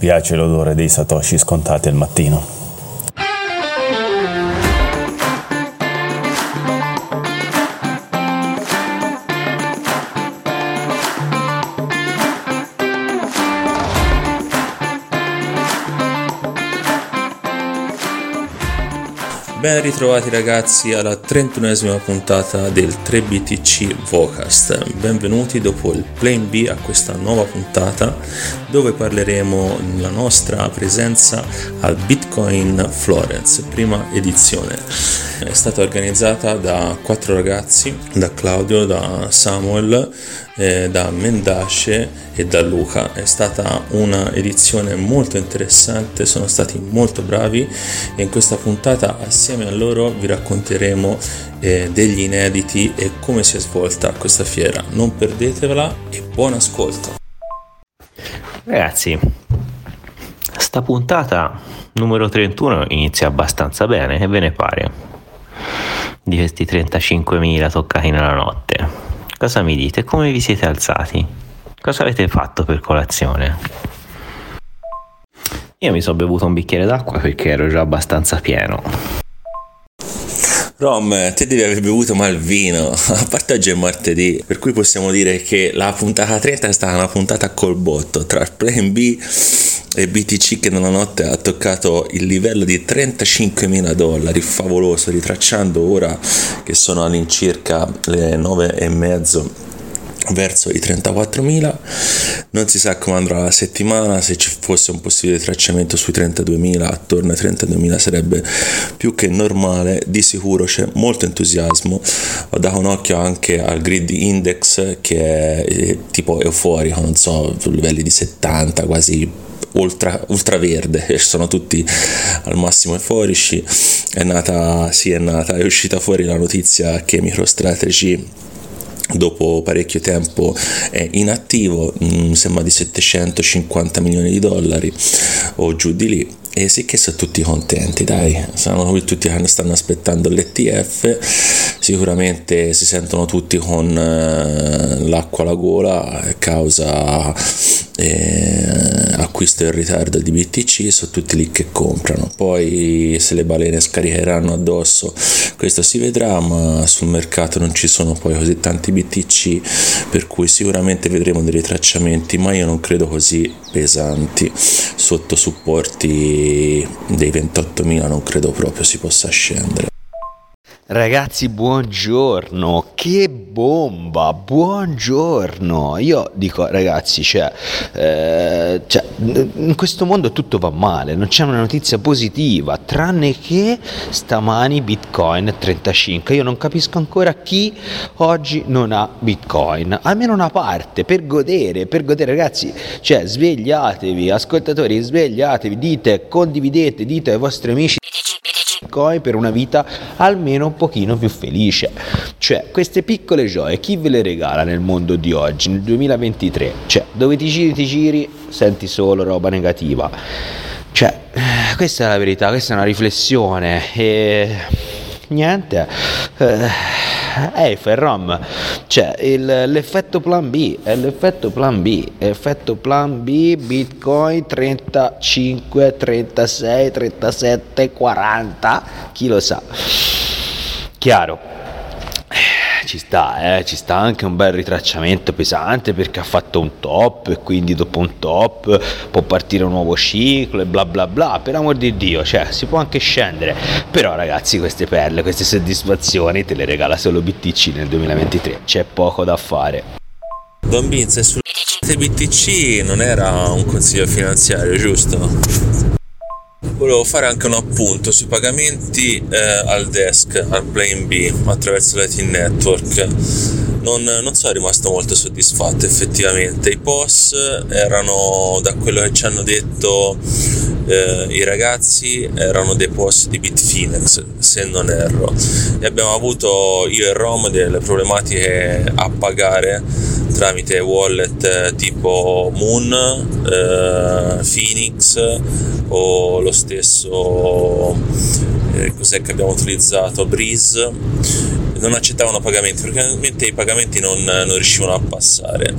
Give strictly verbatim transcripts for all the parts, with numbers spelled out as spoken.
piace l'odore dei satoshi scontati al mattino. Ben ritrovati ragazzi alla trentunesima puntata del tre B T C Vocast. Benvenuti dopo il Plan B a questa nuova puntata dove parleremo della nostra presenza al Bitcoin Florence, prima edizione. È stata organizzata da quattro ragazzi, da Claudio, da Samuel, eh, da Mendace e da Luca. È stata una edizione molto interessante, sono stati molto bravi e in questa puntata assieme a loro vi racconteremo eh, degli inediti e come si è svolta questa fiera. Non perdetevela e buon ascolto. Ragazzi, sta puntata numero trentuno inizia abbastanza bene, che ve ne pare? Di questi trentacinquemila toccati nella notte, cosa mi dite? Come vi siete alzati? Cosa avete fatto per colazione? Io mi sono bevuto un bicchiere d'acqua perché ero già abbastanza pieno. Rom, te devi aver bevuto mal vino, a parte oggi è martedì, per cui possiamo dire che la puntata trenta è stata una puntata col botto, tra Plan B e B T C che nella notte ha toccato il livello di trentacinquemila dollari, favoloso, ritracciando ora che sono all'incirca le nove e mezzo verso i trentaquattromila. Non si sa come andrà la settimana, se ci fosse un possibile tracciamento sui trentaduemila, attorno ai trentaduemila sarebbe più che normale. Di sicuro c'è molto entusiasmo. Ho dato un occhio anche al grid index che è tipo euforico, non so, su livelli di settanta, quasi ultra, ultra verde, sono tutti al massimo euforici. È nata, sì è nata, è uscita fuori la notizia che MicroStrategy dopo parecchio tempo è inattivo, mh, sembra di settecentocinquanta milioni di dollari o giù di lì, e sì che sono tutti contenti, dai, sono qui tutti che stanno aspettando l'E T F, sicuramente si sentono tutti con eh, l'acqua alla gola causa eh, acquisto in ritardo di B T C, sono tutti lì che comprano. Poi se le balene scaricheranno addosso questo si vedrà, ma sul mercato non ci sono poi così tanti B T C, per cui sicuramente vedremo dei ritracciamenti, ma io non credo così pesanti. Sotto supporti dei ventottomila non credo proprio si possa scendere. Ragazzi, buongiorno, che bomba, buongiorno. Io dico, ragazzi, cioè, eh, cioè, in questo mondo tutto va male, non c'è una notizia positiva, tranne che stamani Bitcoin trentacinque. Io non capisco ancora chi oggi non ha Bitcoin, almeno una parte, per godere, per godere, ragazzi, cioè, svegliatevi, ascoltatori, svegliatevi, dite, condividete, dite ai vostri amici Bitcoin per una vita almeno un pochino più felice. Cioè, queste piccole gioie chi ve le regala nel mondo di oggi, nel duemilaventitré? Cioè, dove ti giri ti giri senti solo roba negativa. Cioè, questa è la verità, questa è una riflessione e niente. eh, Ehi Ferrom, cioè il, l'effetto Plan B, è l'effetto Plan B, effetto Plan B, Bitcoin trentacinque, trentasei, trentasette, quaranta, chi lo sa. Chiaro. Ci sta, eh, ci sta anche un bel ritracciamento pesante perché ha fatto un top e quindi dopo un top può partire un nuovo ciclo e bla bla bla, per amor di Dio, cioè si può anche scendere, però ragazzi queste perle, queste soddisfazioni te le regala solo B T C nel duemilaventitré, c'è poco da fare. Don Vince, sul B T C non era un consiglio finanziario, giusto? Volevo fare anche un appunto sui pagamenti eh, al desk, al Plan B, attraverso Lightning Network. Non, non sono rimasto molto soddisfatto effettivamente. I P O S erano, da quello che ci hanno detto eh, i ragazzi, erano dei P O S di Bitfinex, se non erro. E abbiamo avuto io e Rom delle problematiche a pagare tramite wallet tipo Moon, eh, Phoenix o lo stesso eh, cos'è che abbiamo utilizzato, Breeze. non accettavano pagamenti, perché ovviamente i pagamenti non, non riuscivano a passare,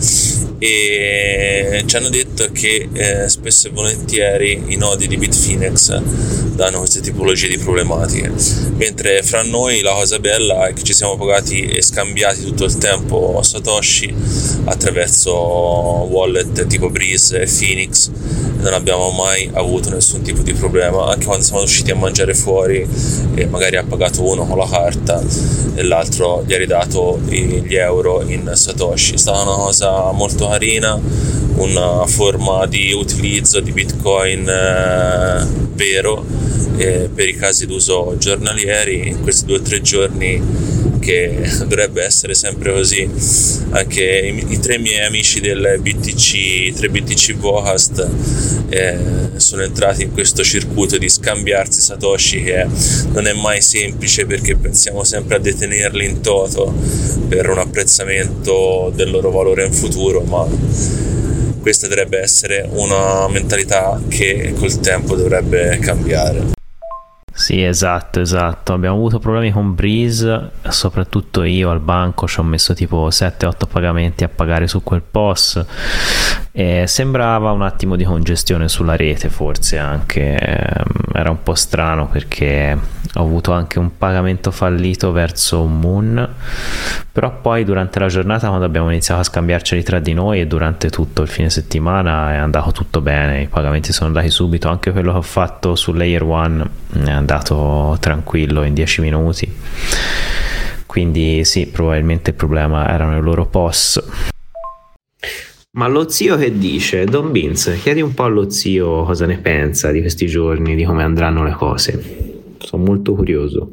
e ci hanno detto che eh, spesso e volentieri i nodi di Bitfinex danno queste tipologie di problematiche, mentre fra noi la cosa bella è che ci siamo pagati e scambiati tutto il tempo Satoshi attraverso wallet tipo Breeze e Phoenix, non abbiamo mai avuto nessun tipo di problema, anche quando siamo usciti a mangiare fuori e magari ha pagato uno con la carta e l'altro gli ha ridato gli euro in Satoshi. È stata una cosa molto carina, una forma di utilizzo di Bitcoin eh, vero eh, per i casi d'uso giornalieri in questi due o tre giorni, che dovrebbe essere sempre così. Anche i, i tre miei amici del B T C, tre B T C Vocast, eh, sono entrati in questo circuito di scambiarsi Satoshi, che non è mai semplice perché pensiamo sempre a detenerli in toto per un apprezzamento del loro valore in futuro, ma questa dovrebbe essere una mentalità che col tempo dovrebbe cambiare. Sì, esatto, esatto. Abbiamo avuto problemi con Breeze, soprattutto io al banco ci ho messo tipo sette otto pagamenti a pagare su quel P O S e sembrava un attimo di congestione sulla rete, forse anche era un po' strano perché ho avuto anche un pagamento fallito verso Moon, però poi durante la giornata, quando abbiamo iniziato a scambiarceli tra di noi e durante tutto il fine settimana, è andato tutto bene, i pagamenti sono andati subito, anche quello che ho fatto su Layer One è andato tranquillo in dieci minuti, quindi sì, probabilmente il problema erano i loro P O S. Ma lo zio che dice? Don Beans, chiedi un po' allo zio cosa ne pensa di questi giorni, di come andranno le cose. Sono molto curioso.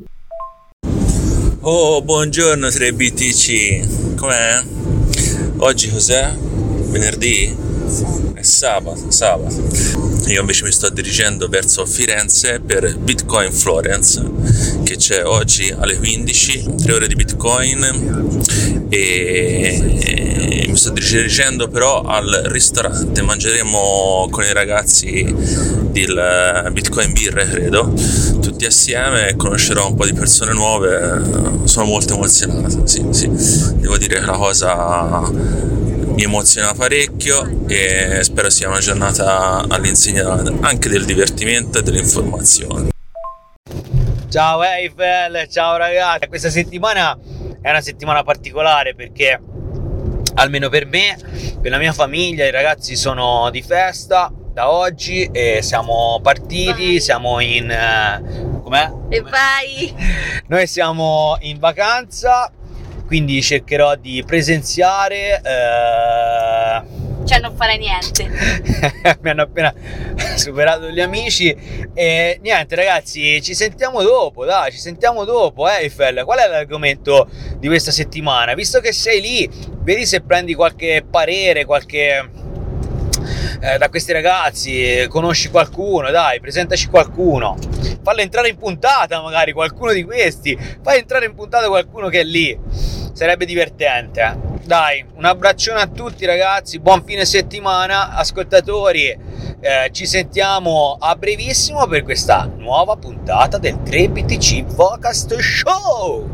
Oh, buongiorno tre B T C, com'è? Oggi cos'è? Venerdì? È sabato, sabato. Io invece mi sto dirigendo verso Firenze per Bitcoin Florence, che c'è oggi alle quindici, tre ore di Bitcoin, e mi sto dirigendo però al ristorante. Mangeremo con i ragazzi del Bitcoin Birre, credo, tutti assieme, conoscerò un po' di persone nuove. Sono molto emozionato, sì, sì. Devo dire che la cosa mi emoziona parecchio e spero sia una giornata all'insegna anche del divertimento e dell'informazione. Ciao Eiffel, ciao ragazzi. Questa settimana è una settimana particolare perché, almeno per me, per la mia famiglia, i ragazzi sono di festa da oggi e siamo partiti, vai. Siamo in... Uh, com'è? E vai! Noi siamo in vacanza, quindi cercherò di presenziare. Eh... Cioè non fare niente. Mi hanno appena superato gli amici e niente ragazzi, ci sentiamo dopo, dai, ci sentiamo dopo. eh, Eiffel, qual è l'argomento di questa settimana? Visto che sei lì, vedi se prendi qualche parere, qualche... Eh, da questi ragazzi, conosci qualcuno, dai, presentaci qualcuno, fallo entrare in puntata, magari qualcuno di questi, fai entrare in puntata qualcuno che è lì, sarebbe divertente. Dai, un abbraccione a tutti ragazzi, buon fine settimana, ascoltatori, eh, ci sentiamo a brevissimo per questa nuova puntata del tre B T C Vocast Show.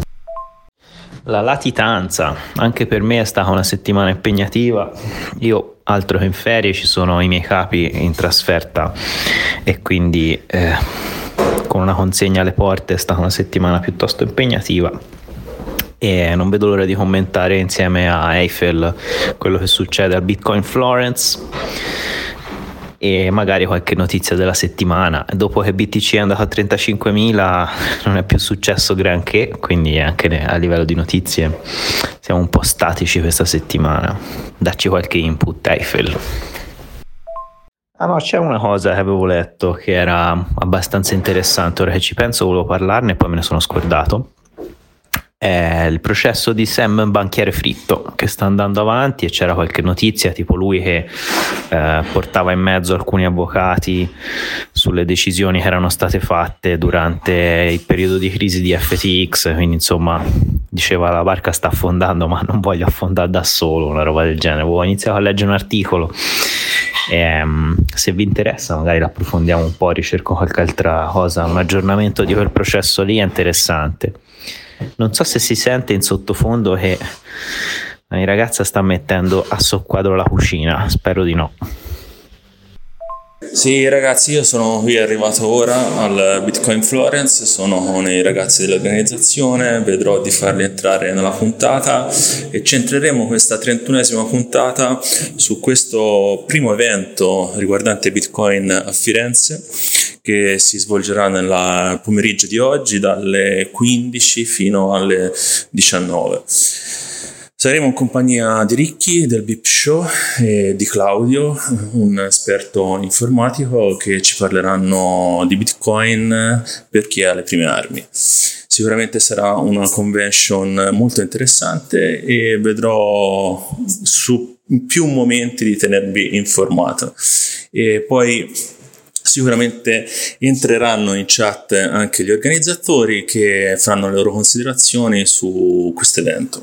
La latitanza, anche per me è stata una settimana impegnativa. Io altro che in ferie, ci sono i miei capi in trasferta e quindi eh, con una consegna alle porte è stata una settimana piuttosto impegnativa e non vedo l'ora di commentare insieme a Eiffel quello che succede al Bitcoin Florence e magari qualche notizia della settimana. Dopo che B T C è andato a trentacinquemila non è più successo granché, quindi anche a livello di notizie siamo un po' statici questa settimana. Dacci qualche input, Eiffel. Ah no, c'è una cosa che avevo letto che era abbastanza interessante, ora che ci penso volevo parlarne e poi me ne sono scordato. È il processo di Sam Banchiere Fritto che sta andando avanti e c'era qualche notizia tipo lui che eh, portava in mezzo alcuni avvocati sulle decisioni che erano state fatte durante il periodo di crisi di F T X, quindi insomma diceva la barca sta affondando ma non voglio affondare da solo, una roba del genere. Ho iniziato a leggere un articolo e um, se vi interessa magari l'approfondiamo un po', ricerco qualche altra cosa, un aggiornamento di quel processo lì è interessante. Non so se si sente in sottofondo che la mia ragazza sta mettendo a soqquadro la cucina, spero di no. Sì ragazzi, io sono qui arrivato ora al Bitcoin Florence, sono con i ragazzi dell'organizzazione, vedrò di farli entrare nella puntata e centreremo questa trentunesima puntata su questo primo evento riguardante Bitcoin a Firenze, che si svolgerà nel pomeriggio di oggi dalle quindici fino alle diciannove. Saremo in compagnia di Ricchi del Bip Show e di Claudio, un esperto informatico, che ci parleranno di Bitcoin per chi ha le prime armi. Sicuramente sarà una convention molto interessante e vedrò su più momenti di tenervi informato. E poi sicuramente entreranno in chat anche gli organizzatori che faranno le loro considerazioni su questo evento.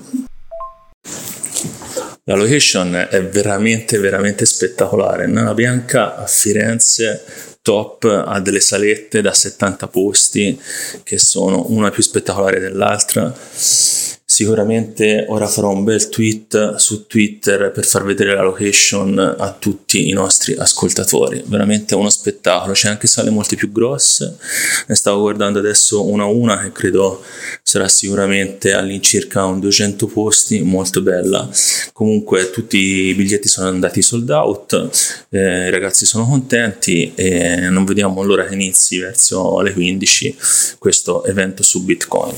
La location è veramente veramente spettacolare. Nana Bianca a Firenze, top, ha delle salette da settanta posti che sono una più spettacolare dell'altra. Sicuramente ora farò un bel tweet su Twitter per far vedere la location a tutti i nostri ascoltatori. Veramente uno spettacolo, c'è anche sale molte più grosse, ne stavo guardando adesso una a una che credo sarà sicuramente all'incirca un duecento posti, molto bella. Comunque tutti i biglietti sono andati sold out, eh, i ragazzi sono contenti e non vediamo l'ora che inizi verso le quindici questo evento su Bitcoin.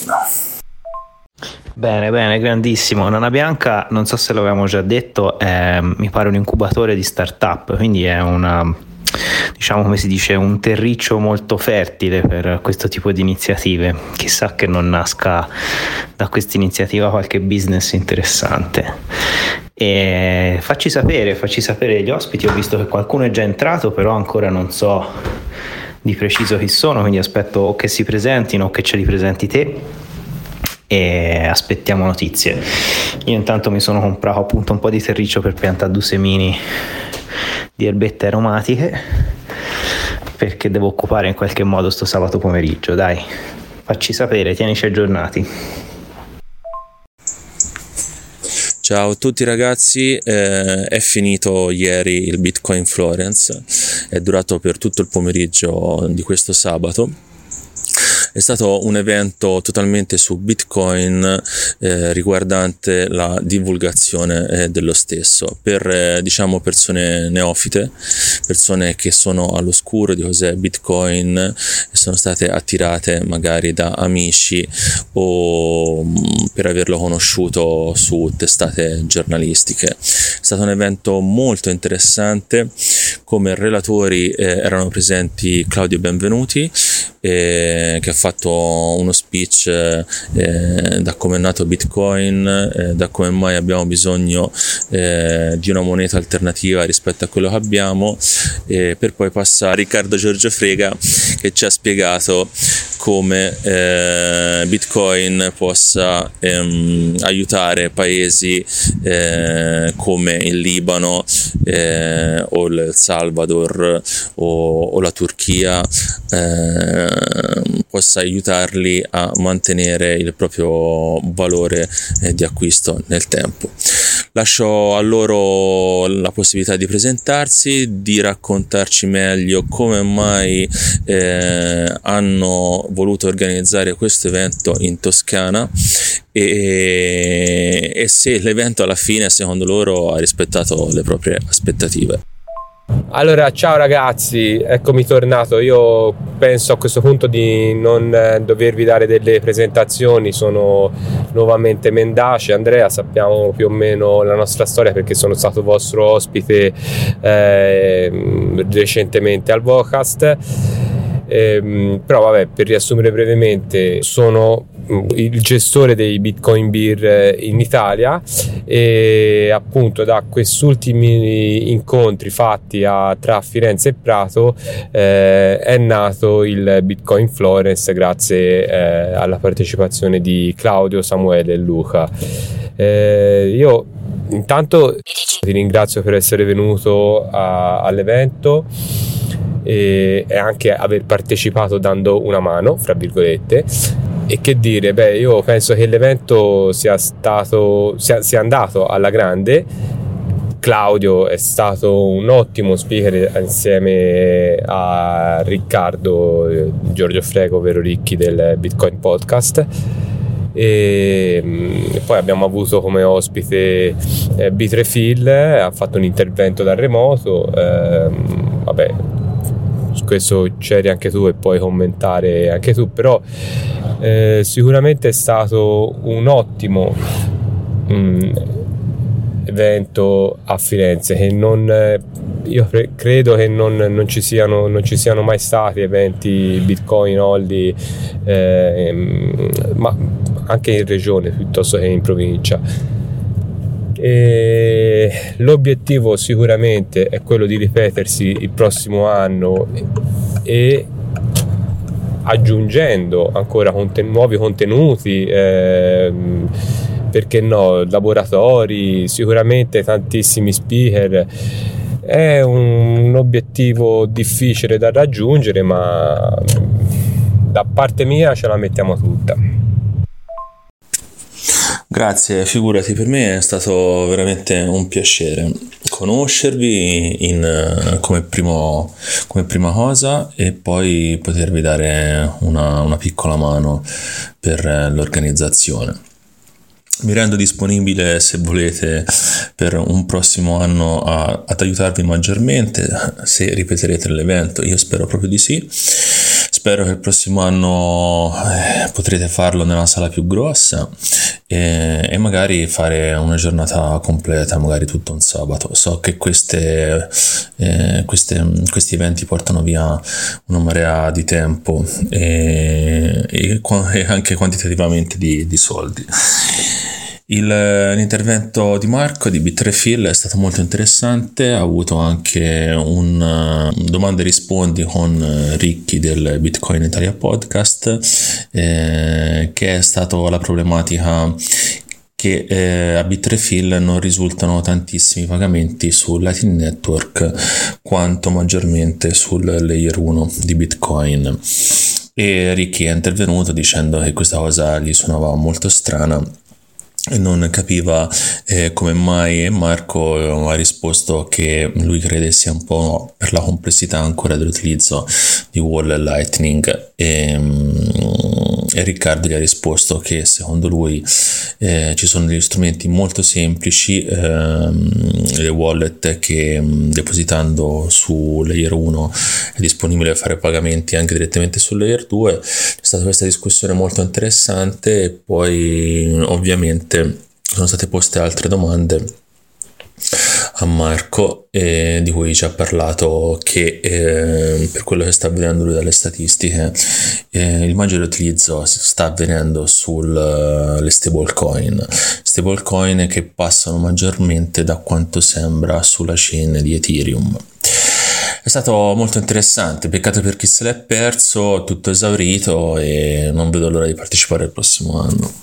Bene, bene, grandissimo. Nana Bianca, non so se l'avevamo già detto, è, mi pare un incubatore di startup, quindi è una, diciamo come si dice, un terriccio molto fertile per questo tipo di iniziative. Chissà che non nasca da questa iniziativa qualche business interessante. E facci sapere, facci sapere gli ospiti. Ho visto che qualcuno è già entrato, però ancora non so di preciso chi sono, quindi aspetto o che si presentino o che ce li presenti te e aspettiamo notizie. Io intanto mi sono comprato appunto un po' di terriccio per piantare due semini di erbette aromatiche, perché devo occupare in qualche modo sto sabato pomeriggio. Dai, facci sapere, tienici aggiornati. Ciao a tutti ragazzi, eh, è finito ieri il Bitcoin Florence, è durato per tutto il pomeriggio di questo sabato. È stato un evento totalmente su Bitcoin, eh, riguardante la divulgazione eh, dello stesso per eh, diciamo persone neofite, persone che sono all'oscuro di cos'è Bitcoin e sono state attirate magari da amici o mh, per averlo conosciuto su testate giornalistiche. È stato un evento molto interessante. Come relatori eh, erano presenti Claudio Benvenuti, eh, che ha fatto uno speech eh, da come è nato Bitcoin, eh, da come mai abbiamo bisogno eh, di una moneta alternativa rispetto a quello che abbiamo, eh, per poi passare a Riccardo Giorgio Frega, che ci ha spiegato come eh, Bitcoin possa ehm, aiutare paesi eh, come il Libano eh, o il Salvador o, o la Turchia, eh, possa aiutarli a mantenere il proprio valore eh, di acquisto nel tempo. Lascio a loro la possibilità di presentarsi, di raccontarci meglio come mai eh, hanno voluto organizzare questo evento in Toscana e, e se l'evento alla fine secondo loro ha rispettato le proprie aspettative. Allora, ciao ragazzi, eccomi tornato. Io penso a questo punto di non eh, dovervi dare delle presentazioni, sono nuovamente Mendace. Andrea, sappiamo più o meno la nostra storia perché sono stato vostro ospite eh, recentemente al Vocast. Eh, però vabbè, per riassumere brevemente, sono il gestore dei Bitcoin Beer in Italia e appunto da questi ultimi incontri fatti a, tra Firenze e Prato eh, è nato il Bitcoin Florence grazie eh, alla partecipazione di Claudio, Samuele e Luca. Eh, io intanto ti ringrazio per essere venuto a, all'evento. e, e anche aver partecipato dando una mano, fra virgolette. E che dire, beh, io penso che l'evento sia stato sia, sia andato alla grande. Claudio è stato un ottimo speaker insieme a Riccardo Giorgio Freco, ovvero Ricchi del Bitcoin Podcast, e poi abbiamo avuto come ospite eh, Bitrefil, ha fatto un intervento da remoto, eh, vabbè, su questo c'eri anche tu e puoi commentare anche tu, però eh, sicuramente è stato un ottimo mm, evento a Firenze, che non io credo che non, non ci siano non ci siano mai stati eventi Bitcoin only, eh, ma anche in regione piuttosto che in provincia. E l'obiettivo sicuramente è quello di ripetersi il prossimo anno e aggiungendo ancora conten- nuovi contenuti, eh, perché no, laboratori, sicuramente tantissimi speaker. È un, un obiettivo difficile da raggiungere, ma da parte mia ce la mettiamo tutta. Grazie, figurati, per me è stato veramente un piacere conoscervi in, come, primo, come prima cosa, e poi potervi dare una, una piccola mano per l'organizzazione. Mi rendo disponibile, se volete, per un prossimo anno a, ad aiutarvi maggiormente se ripeterete l'evento. Io spero proprio di sì. Spero che il prossimo anno eh, potrete farlo nella sala più grossa e, e magari fare una giornata completa, magari tutto un sabato. So che queste, eh, queste, questi eventi portano via una marea di tempo e, e, e anche quantitativamente di, di soldi. Il, l'intervento di Marco di Bitrefil è stato molto interessante, ha avuto anche un uh, domande e rispondi con Ricchi del Bitcoin Italia Podcast, eh, che è stato la problematica che eh, a Bitrefil non risultano tantissimi pagamenti sul Lightning Network quanto maggiormente sul Layer uno di Bitcoin, e Ricchi è intervenuto dicendo che questa cosa gli suonava molto strana e non capiva eh, come mai, e Marco ha risposto che lui crede sia un po' per la complessità ancora dell'utilizzo di Wall e Lightning, e, e Riccardo gli ha risposto che secondo lui eh, ci sono degli strumenti molto semplici, eh, le wallet che depositando su Layer uno è disponibile fare pagamenti anche direttamente su Layer due. C'è stata questa discussione molto interessante e poi ovviamente sono state poste altre domande a Marco, eh, di cui ci ha parlato, che eh, per quello che sta vedendo lui dalle statistiche eh, il maggiore utilizzo sta avvenendo sulle stablecoin stablecoin che passano maggiormente, da quanto sembra, sulla chain di Ethereum. È stato molto interessante, peccato per chi se l'è perso, tutto esaurito, e non vedo l'ora di partecipare al prossimo anno.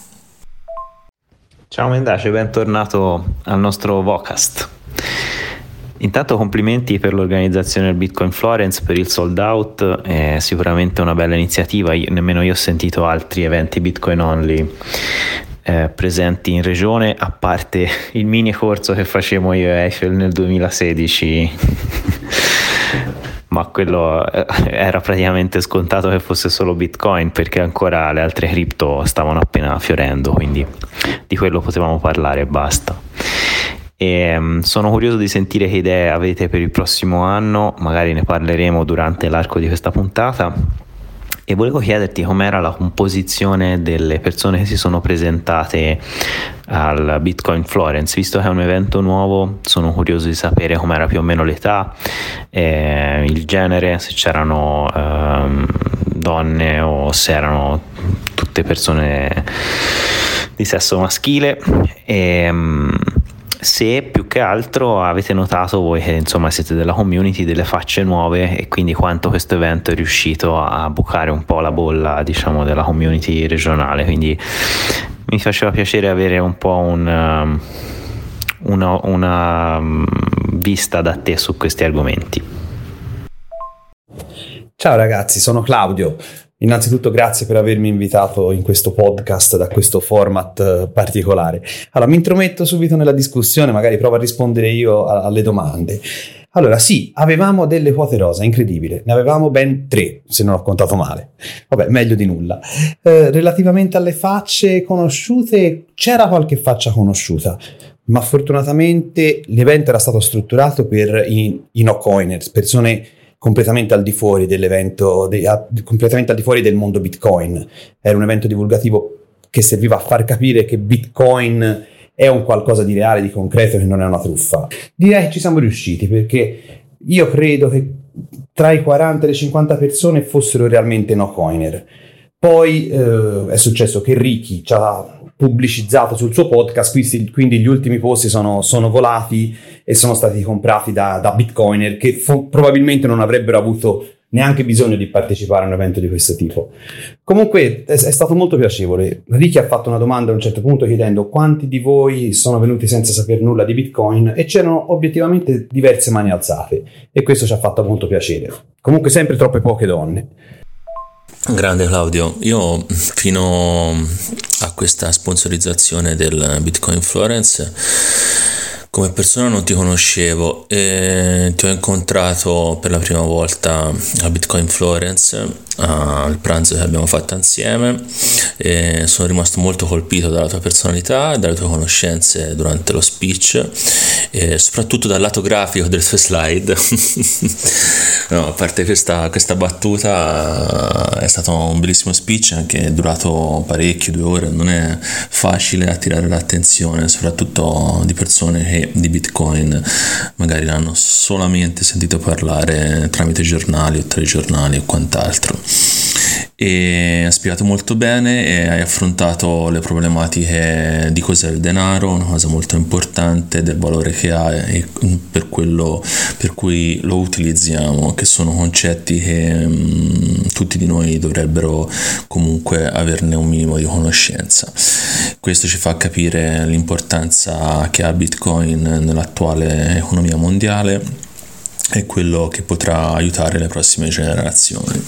Ciao Mendace, bentornato al nostro Vocast. Intanto complimenti per l'organizzazione del Bitcoin Florence, per il sold out, è sicuramente una bella iniziativa. Io, nemmeno io ho sentito altri eventi Bitcoin only eh, presenti in regione, a parte il mini corso che facevamo io e Eiffel nel duemilasedici. Ma quello era praticamente scontato che fosse solo Bitcoin, perché ancora le altre cripto stavano appena fiorendo, quindi di quello potevamo parlare e basta. E um, sono curioso di sentire che idee avete per il prossimo anno, magari ne parleremo durante l'arco di questa puntata. E volevo chiederti com'era la composizione delle persone che si sono presentate al Bitcoin Florence, visto che è un evento nuovo. Sono curioso di sapere com'era più o meno l'età, eh, il genere, se c'erano ehm, donne o se erano tutte persone di sesso maschile, e se più che altro avete notato voi, che insomma siete della community, delle facce nuove, e quindi quanto questo evento è riuscito a bucare un po' la bolla, diciamo, della community regionale. Quindi mi faceva piacere avere un po' un, una, una vista da te su questi argomenti. Ciao ragazzi, sono Claudio. Innanzitutto grazie per avermi invitato in questo podcast da questo format particolare. Allora, mi intrometto subito nella discussione, magari provo a rispondere io a- alle domande. Allora, sì, avevamo delle quote rosa, incredibile. Ne avevamo ben tre, se non ho contato male. Vabbè, meglio di nulla. Eh, relativamente alle facce conosciute, c'era qualche faccia conosciuta, ma fortunatamente l'evento era stato strutturato per i, i no coiners, persone completamente al di fuori dell'evento, de, a, completamente al di fuori del mondo Bitcoin. Era un evento divulgativo che serviva a far capire che Bitcoin è un qualcosa di reale, di concreto, che non è una truffa. Direi che ci siamo riusciti, perché io credo che tra i quaranta e le cinquanta persone fossero realmente no coiner. Poi eh, è successo che Ricky ci ha pubblicizzato sul suo podcast, quindi, quindi gli ultimi posti sono, sono volati e sono stati comprati da, da bitcoiner che fo- probabilmente non avrebbero avuto neanche bisogno di partecipare a un evento di questo tipo. Comunque è, è stato molto piacevole. Ricky ha fatto una domanda a un certo punto chiedendo quanti di voi sono venuti senza saper nulla di Bitcoin, e c'erano obiettivamente diverse mani alzate, e questo ci ha fatto molto piacere. Comunque sempre troppe poche donne. Grande Claudio, io fino a questa sponsorizzazione del Bitcoin Florence come persona non ti conoscevo e ti ho incontrato per la prima volta a Bitcoin Florence al pranzo che abbiamo fatto insieme e sono rimasto molto colpito dalla tua personalità e dalle tue conoscenze durante lo speech e soprattutto dal lato grafico delle tue slide. No, a parte questa, questa battuta, è stato un bellissimo speech, anche durato parecchio, due ore. Non è facile attirare l'attenzione soprattutto di persone che di Bitcoin magari l'hanno solamente sentito parlare tramite giornali o telegiornali o quant'altro. E hai spiegato molto bene e hai affrontato le problematiche di cos'è il denaro, una cosa molto importante, del valore che ha e per quello per cui lo utilizziamo, che sono concetti che mh, tutti di noi dovrebbero comunque averne un minimo di conoscenza. Questo ci fa capire l'importanza che ha Bitcoin nell'attuale economia mondiale e quello che potrà aiutare le prossime generazioni.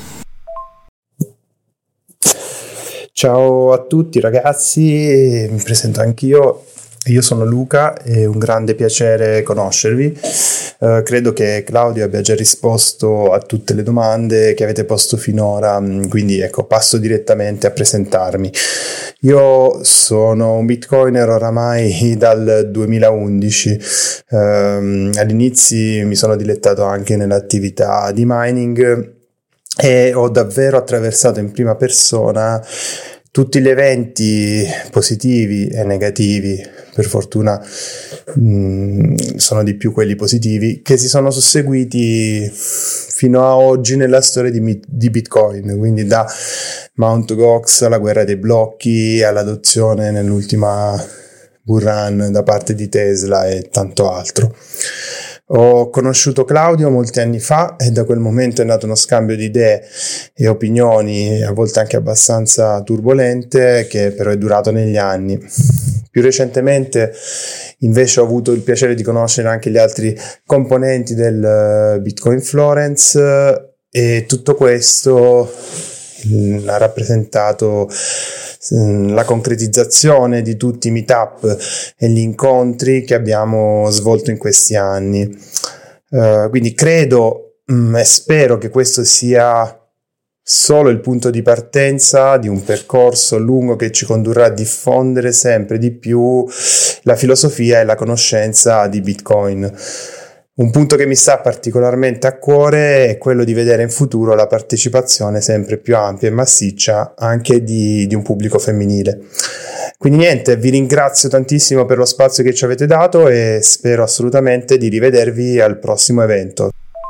Ciao a tutti ragazzi, mi presento anch'io, io sono Luca, è un grande piacere conoscervi. Uh, credo che Claudio abbia già risposto a tutte le domande che avete posto finora, quindi ecco, passo direttamente a presentarmi. Io sono un bitcoiner oramai dal duemilaundici, uh, all'inizio mi sono dilettato anche nell'attività di mining e ho davvero attraversato in prima persona tutti gli eventi positivi e negativi, per fortuna mh, sono di più quelli positivi, che si sono susseguiti fino a oggi nella storia di, di Bitcoin, quindi da Mt. Gox alla guerra dei blocchi, all'adozione nell'ultima bull run da parte di Tesla e tanto altro. Ho conosciuto Claudio molti anni fa e da quel momento è nato uno scambio di idee e opinioni, a volte anche abbastanza turbolente, che però è durato negli anni. Più recentemente invece ho avuto il piacere di conoscere anche gli altri componenti del Bitcoin Florence e tutto questo ha rappresentato la concretizzazione di tutti i meetup e gli incontri che abbiamo svolto in questi anni. Uh, quindi credo mh, e spero che questo sia solo il punto di partenza di un percorso lungo che ci condurrà a diffondere sempre di più la filosofia e la conoscenza di Bitcoin. Un punto che mi sta particolarmente a cuore è quello di vedere in futuro la partecipazione sempre più ampia e massiccia anche di, di un pubblico femminile. Quindi niente, vi ringrazio tantissimo per lo spazio che ci avete dato e spero assolutamente di rivedervi al prossimo evento.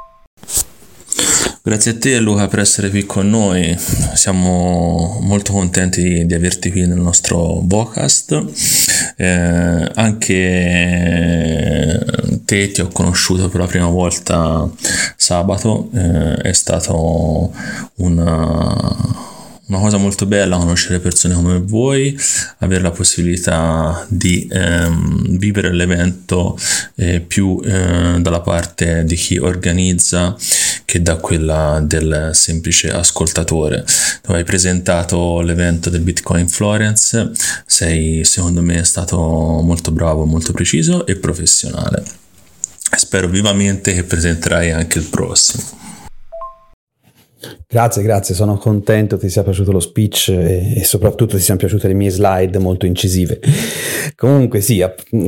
Grazie a te Luca per essere qui con noi, siamo molto contenti di averti qui nel nostro podcast, eh, anche te ti ho conosciuto per la prima volta sabato, eh, è stato una... una cosa molto bella conoscere persone come voi, avere la possibilità di ehm, vivere l'evento eh, più eh, dalla parte di chi organizza che da quella del semplice ascoltatore. Tu hai presentato l'evento del Bitcoin Florence, sei secondo me stato molto bravo, molto preciso e professionale. Spero vivamente che presenterai anche il prossimo. Grazie, grazie, sono contento ti sia piaciuto lo speech e, e soprattutto ti siano piaciute le mie slide molto incisive. Comunque sì,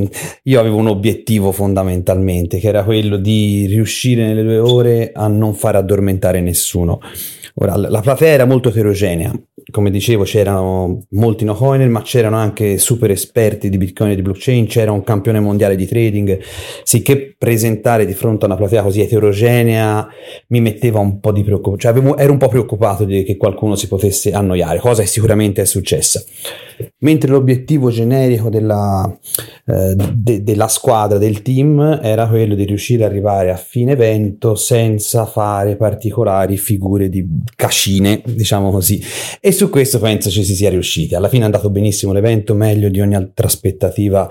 io avevo un obiettivo fondamentalmente, che era quello di riuscire nelle due ore a non far addormentare nessuno. Ora, la platea era molto eterogenea, come dicevo c'erano molti no-coiner, ma c'erano anche super esperti di Bitcoin e di blockchain, c'era un campione mondiale di trading, sicché presentare di fronte a una platea così eterogenea mi metteva un po' di preoccupazione, cioè avevo, ero un po' preoccupato di che qualcuno si potesse annoiare, cosa che sicuramente è successa. Mentre l'obiettivo generico della, eh, de, della squadra, del team, era quello di riuscire ad arrivare a fine evento senza fare particolari figure di cascine, diciamo così, e su questo penso ci si sia riusciti. Alla fine è andato benissimo l'evento, meglio di ogni altra aspettativa,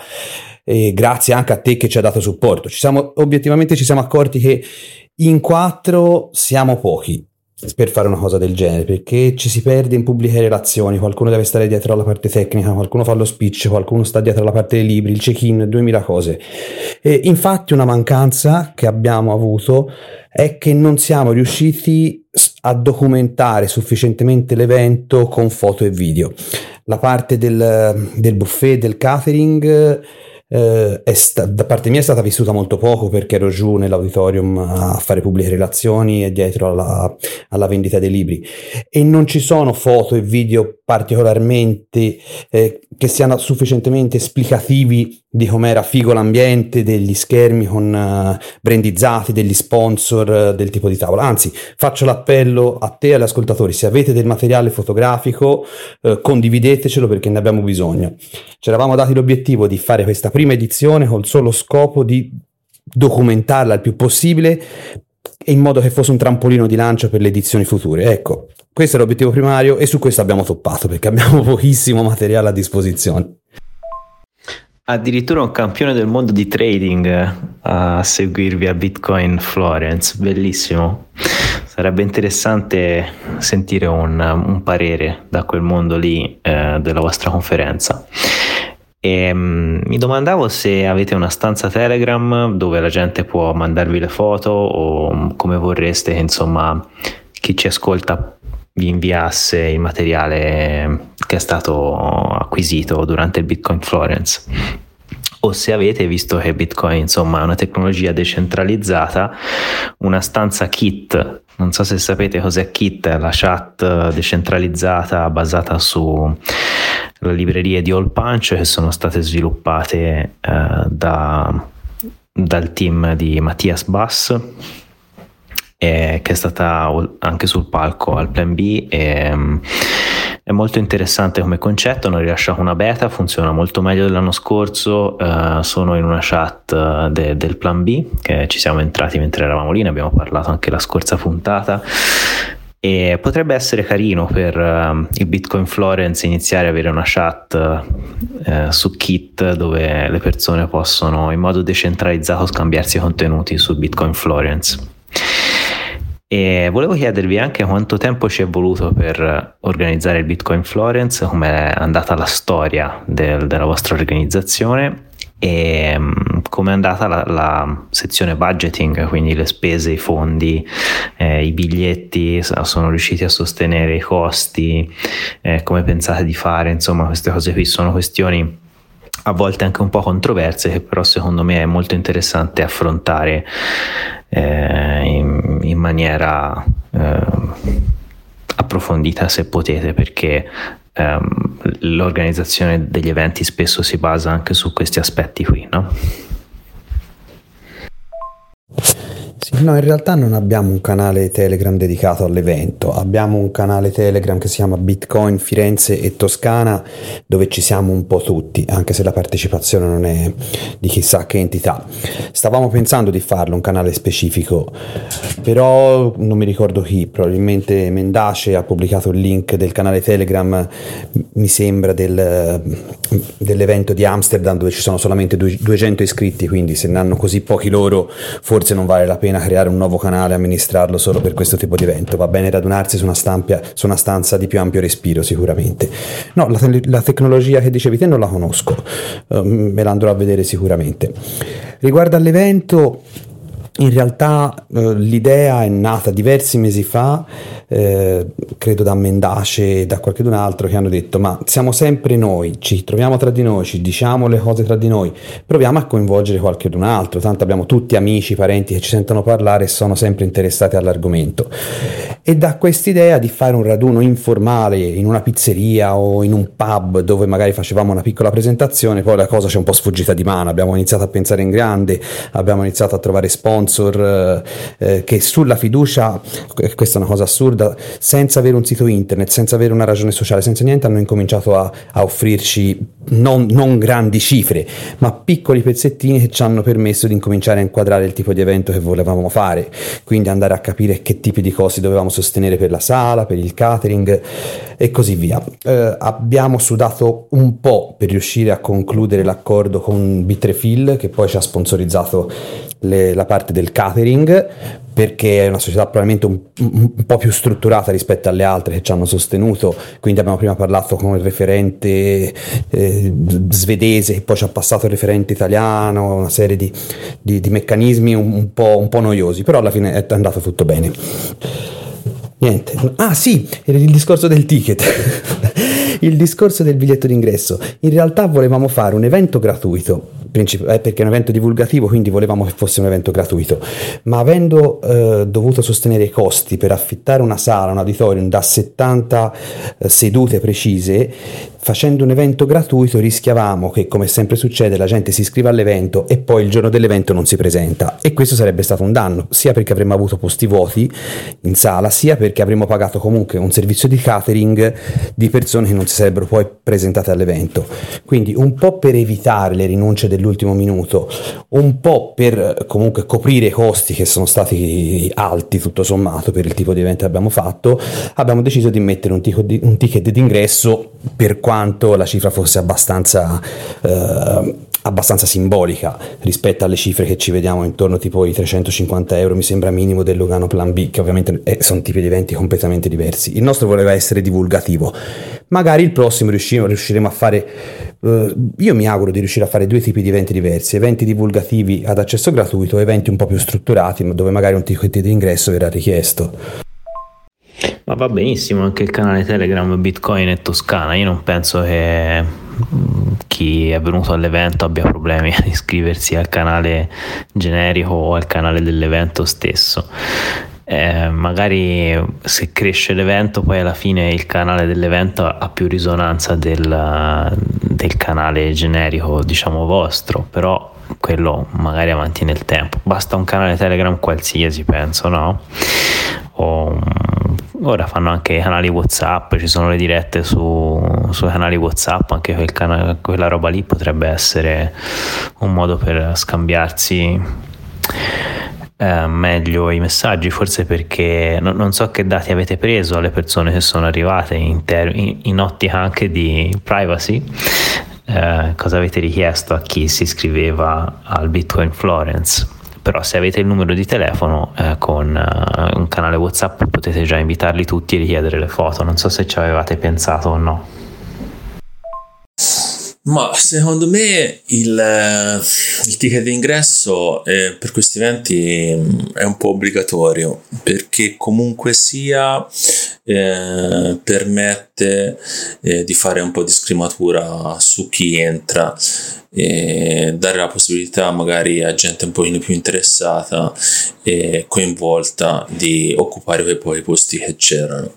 e grazie anche a te che ci ha dato supporto. Ci siamo, obiettivamente ci siamo accorti che in quattro siamo pochi per fare una cosa del genere, perché ci si perde in pubbliche relazioni, qualcuno deve stare dietro alla parte tecnica, qualcuno fa lo speech, qualcuno sta dietro alla parte dei libri, il check-in, duemila cose. E infatti una mancanza che abbiamo avuto è che non siamo riusciti a documentare sufficientemente l'evento con foto e video. La parte del, del buffet, del catering, Uh, è sta- da parte mia è stata vissuta molto poco, perché ero giù nell'auditorium a fare pubbliche relazioni e dietro alla, alla vendita dei libri, e non ci sono foto e video particolarmente eh, che siano sufficientemente esplicativi di com'era figo l'ambiente, degli schermi con uh, brandizzati, degli sponsor, uh, del tipo di tavola. Anzi, faccio l'appello a te e agli ascoltatori: se avete del materiale fotografico uh, condividetecelo, perché ne abbiamo bisogno. Ci eravamo dati l'obiettivo di fare questa prima edizione col solo scopo di documentarla il più possibile, in modo che fosse un trampolino di lancio per le edizioni future. Ecco, questo è l'obiettivo primario e su questo abbiamo toppato, perché abbiamo pochissimo materiale a disposizione. Addirittura un campione del mondo di trading a seguirvi a Bitcoin Florence, bellissimo. Sarebbe interessante sentire un, un parere da quel mondo lì eh, della vostra conferenza. E, um, mi domandavo se avete una stanza Telegram dove la gente può mandarvi le foto, o come vorreste che, insomma, chi ci ascolta vi inviasse il materiale che è stato acquisito durante il Bitcoin Florence, o se avete, visto che Bitcoin insomma è una tecnologia decentralizzata, una stanza Kit. Non so se sapete cos'è Kit, è la chat decentralizzata basata su le librerie di All Punch che sono state sviluppate eh, da, dal team di Mattias Bass, e che è stata anche sul palco al Plan B. E, è molto interessante come concetto, hanno rilasciato una beta, funziona molto meglio dell'anno scorso. Uh, sono in una chat de, del Plan B, che ci siamo entrati mentre eravamo lì, ne abbiamo parlato anche la scorsa puntata, e potrebbe essere carino per uh, il Bitcoin Florence iniziare a avere una chat uh, su Kit, dove le persone possono in modo decentralizzato scambiarsi contenuti su Bitcoin Florence. E volevo chiedervi anche quanto tempo ci è voluto per organizzare il Bitcoin Florence, com'è andata la storia del, della vostra organizzazione, e um, com'è andata la, la sezione budgeting, quindi le spese, i fondi, eh, i biglietti, sono riusciti a sostenere i costi, eh, come pensate di fare, insomma queste cose qui sono questioni a volte anche un po' controverse, che però secondo me è molto interessante affrontare eh, in, in maniera eh, approfondita, se potete, perché ehm, l'organizzazione degli eventi spesso si basa anche su questi aspetti qui, no? Sì, no, in realtà non abbiamo un canale Telegram dedicato all'evento, abbiamo un canale Telegram che si chiama Bitcoin Firenze e Toscana, dove ci siamo un po' tutti, anche se la partecipazione non è di chissà che entità. Stavamo pensando di farlo, un canale specifico, però non mi ricordo chi, probabilmente Mendace ha pubblicato il link del canale Telegram, mi sembra del dell'evento di Amsterdam, dove ci sono solamente duecento iscritti, quindi se ne hanno così pochi loro forse non vale la pena creare un nuovo canale e amministrarlo solo per questo tipo di evento. Va bene radunarsi su una, stampia, su una stanza di più ampio respiro sicuramente. No, la, te- la tecnologia che dicevi te non la conosco, uh, me la andrò a vedere sicuramente. Riguardo all'evento, in realtà eh, l'idea è nata diversi mesi fa, eh, credo da Mendace e da qualcun altro, che hanno detto: ma siamo sempre noi, ci troviamo tra di noi, ci diciamo le cose tra di noi, proviamo a coinvolgere qualcun altro, tanto abbiamo tutti amici, parenti che ci sentono parlare e sono sempre interessati all'argomento. E da quest'idea di fare un raduno informale in una pizzeria o in un pub dove magari facevamo una piccola presentazione, poi la cosa ci è un po' sfuggita di mano, abbiamo iniziato a pensare in grande, abbiamo iniziato a trovare sponsor eh, che sulla fiducia, questa è una cosa assurda, senza avere un sito internet, senza avere una ragione sociale, senza niente, hanno incominciato a, a offrirci non, non grandi cifre, ma piccoli pezzettini che ci hanno permesso di incominciare a inquadrare il tipo di evento che volevamo fare, quindi andare a capire che tipi di costi dovevamo sostenere per la sala, per il catering e così via. Eh, abbiamo sudato un po' per riuscire a concludere l'accordo con Bitrefill, che poi ci ha sponsorizzato le, la parte del catering, perché è una società probabilmente un, un po' più strutturata rispetto alle altre che ci hanno sostenuto, quindi abbiamo prima parlato con il referente eh, svedese, poi ci ha passato il referente italiano, una serie di, di, di meccanismi un, un, po', un po' noiosi, però alla fine è andato tutto bene. Niente. Ah sì, il discorso del ticket. Il discorso del biglietto d'ingresso. In realtà volevamo fare un evento gratuito, eh, perché è un evento divulgativo, quindi volevamo che fosse un evento gratuito, ma avendo eh, dovuto sostenere i costi per affittare una sala, un auditorium da settanta eh, sedute precise, facendo un evento gratuito rischiavamo che, come sempre succede, la gente si iscrive all'evento e poi il giorno dell'evento non si presenta, e questo sarebbe stato un danno, sia perché avremmo avuto posti vuoti in sala, sia perché avremmo pagato comunque un servizio di catering di persone che non si sarebbero poi presentate all'evento. Quindi un po' per evitare le rinunce dell'ultimo minuto, un po' per comunque coprire i costi che sono stati alti tutto sommato per il tipo di evento che abbiamo fatto, abbiamo deciso di mettere un ticket di, un ticket d'ingresso, per quanto la cifra fosse abbastanza eh, abbastanza simbolica rispetto alle cifre che ci vediamo intorno, tipo i trecentocinquanta euro mi sembra minimo del Lugano Plan B, che ovviamente eh, sono tipi di eventi completamente diversi. Il nostro voleva essere divulgativo, magari il prossimo riusciremo, riusciremo a fare eh, io mi auguro di riuscire a fare due tipi di eventi diversi: eventi divulgativi ad accesso gratuito, eventi un po' più strutturati dove magari un ticket di ingresso verrà richiesto. Ma va benissimo anche il canale Telegram Bitcoin e Toscana. Io non penso che chi è venuto all'evento abbia problemi ad iscriversi al canale generico o al canale dell'evento stesso. Eh, magari se cresce l'evento, poi alla fine il canale dell'evento ha più risonanza del, del canale generico, diciamo, vostro, però quello magari avanti nel tempo. Basta un canale Telegram qualsiasi, penso, no? O ora fanno anche i canali WhatsApp, ci sono le dirette su sui canali WhatsApp, anche quel canale, quella roba lì potrebbe essere un modo per scambiarsi eh, meglio i messaggi, forse, perché no, non so che dati avete preso alle persone che sono arrivate in, ter- in, in ottica anche di privacy. Eh, cosa avete richiesto a chi si iscriveva al Bitcoin Florence? Però se avete il numero di telefono eh, con uh, un canale WhatsApp potete già invitarli tutti e richiedere le foto. Non so se ci avevate pensato o no. Ma secondo me il, il ticket d'ingresso eh, per questi eventi è un po' obbligatorio, perché comunque sia eh, permette eh, di fare un po' di scrematura su chi entra e dare la possibilità magari a gente un pochino più interessata e coinvolta di occupare quei pochi posti che c'erano.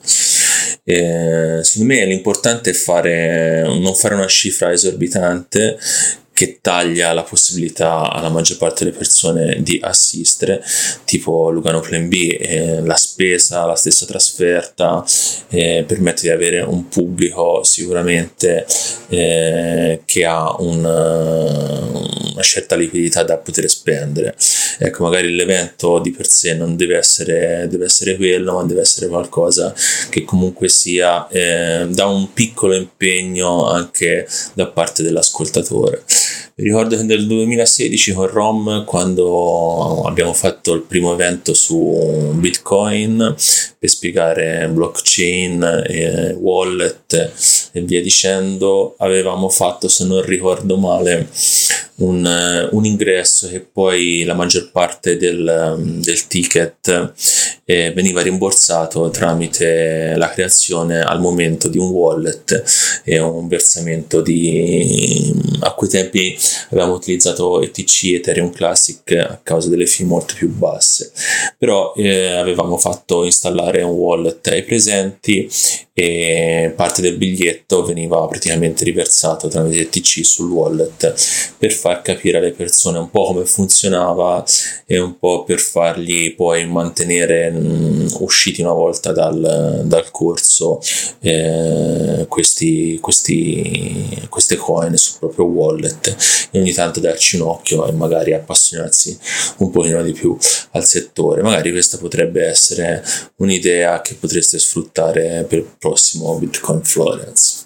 Eh, secondo me l'importante è fare non fare una cifra esorbitante che taglia la possibilità alla maggior parte delle persone di assistere, tipo Lugano Plan B, eh, la spesa, la stessa trasferta, eh, permette di avere un pubblico sicuramente eh, che ha un, una certa liquidità da poter spendere. Ecco, magari l'evento di per sé non deve essere, deve essere quello, ma deve essere qualcosa che comunque sia eh, da un piccolo impegno anche da parte dell'ascoltatore. Mi ricordo che nel duemilasedici con Rom, quando abbiamo fatto il primo evento su Bitcoin per spiegare blockchain, e wallet e via dicendo, avevamo fatto, se non ricordo male, un, un ingresso che poi la maggior parte del, del ticket eh, veniva rimborsato tramite la creazione al momento di un wallet e un versamento di, a quei tempi avevamo utilizzato E T C, Ethereum Classic, a causa delle fee molto più basse, però eh, avevamo fatto installare un wallet ai presenti e parte del biglietto veniva praticamente riversato tramite E T C sul wallet per far capire alle persone un po' come funzionava e un po' per fargli poi mantenere mh, usciti una volta dal, dal corso eh, questi, questi, queste coin sul proprio wallet, e ogni tanto darci un occhio e magari appassionarsi un pochino di più al settore. Magari questa potrebbe essere un'idea che potreste sfruttare per il prossimo Bitcoin Florence.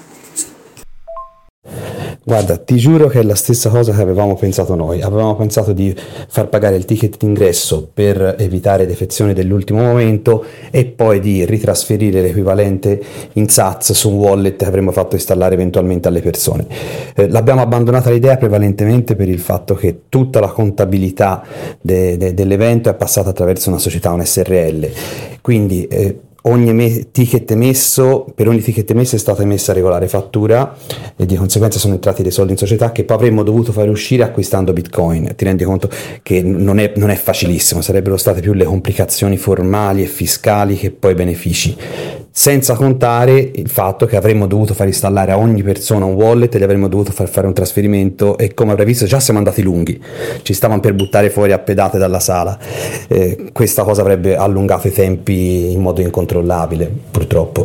Guarda, ti giuro che è la stessa cosa che avevamo pensato noi. Avevamo pensato di far pagare il ticket d'ingresso per evitare defezioni dell'ultimo momento e poi di ritrasferire l'equivalente in sats su un wallet che avremmo fatto installare eventualmente alle persone. Eh, l'abbiamo abbandonata l'idea prevalentemente per il fatto che tutta la contabilità de- de- dell'evento è passata attraverso una società, un S R L. Quindi eh, ogni me- ticket emesso, per ogni ticket emesso è stata emessa regolare fattura e di conseguenza sono entrati dei soldi in società che poi avremmo dovuto fare uscire acquistando Bitcoin. Ti rendi conto che non è, non è facilissimo, sarebbero state più le complicazioni formali e fiscali che poi benefici, senza contare il fatto che avremmo dovuto far installare a ogni persona un wallet e gli avremmo dovuto far fare un trasferimento e, come avrai visto, già siamo andati lunghi, ci stavano per buttare fuori a pedate dalla sala. Eh, questa cosa avrebbe allungato i tempi in modo incontrollabile, purtroppo.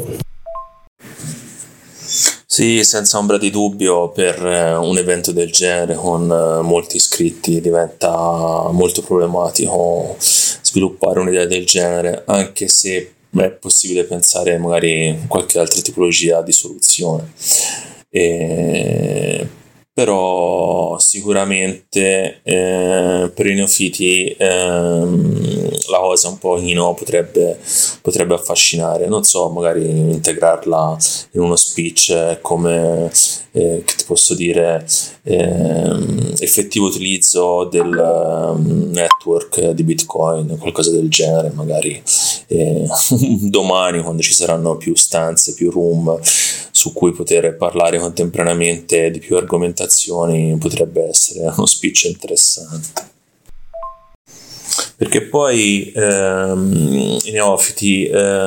Sì, senza ombra di dubbio, per un evento del genere con molti iscritti diventa molto problematico sviluppare un'idea del genere, anche se è possibile pensare magari a qualche altra tipologia di soluzione. E però sicuramente eh, per i neofiti eh, la cosa un pochino potrebbe, potrebbe affascinare, non so, magari integrarla in uno speech come eh, che ti posso dire eh, effettivo utilizzo del um, network di Bitcoin, qualcosa del genere, magari eh, domani, quando ci saranno più stanze, più room su cui poter parlare contemporaneamente di più argomentazioni, potrebbe essere uno speech interessante. Perché poi ehm, i neofiti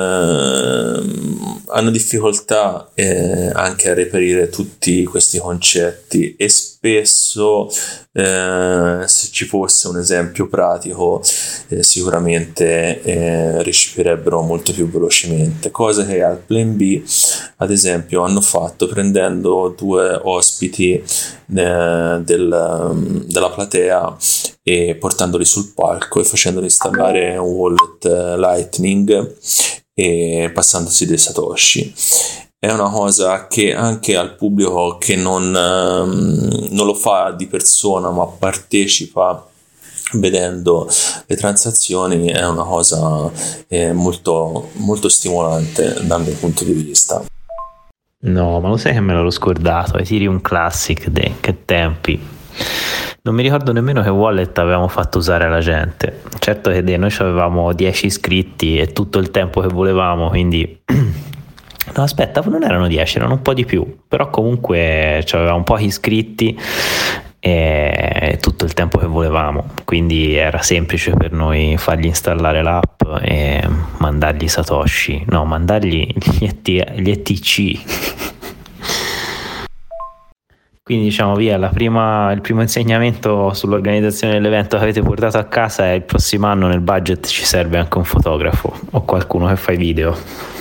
ehm, hanno difficoltà eh, anche a reperire tutti questi concetti, e spesso eh, se ci fosse un esempio pratico eh, sicuramente eh, ricepirebbero molto più velocemente, cosa che al Plan B ad esempio hanno fatto prendendo due ospiti eh, del, della platea e portandoli sul palco e facendoli installare un wallet Lightning e passandosi dei satoshi. È una cosa che anche al pubblico che non, non lo fa di persona ma partecipa vedendo le transazioni è una cosa eh, molto, molto stimolante dal mio punto di vista. No, ma lo sai che me l'ero scordato, Ethereum Classic, de, che tempi. Non mi ricordo nemmeno che wallet avevamo fatto usare alla gente. Certo che de, noi avevamo dieci iscritti e tutto il tempo che volevamo, quindi no, aspetta, non erano dieci, erano un po' di più, però comunque avevamo pochi iscritti e tutto il tempo che volevamo, quindi era semplice per noi fargli installare l'app e mandargli Satoshi, no, mandargli gli, E T, gli E T C. Quindi diciamo via, la prima, il primo insegnamento sull'organizzazione dell'evento che avete portato a casa è: il prossimo anno nel budget ci serve anche un fotografo o qualcuno che fa i video.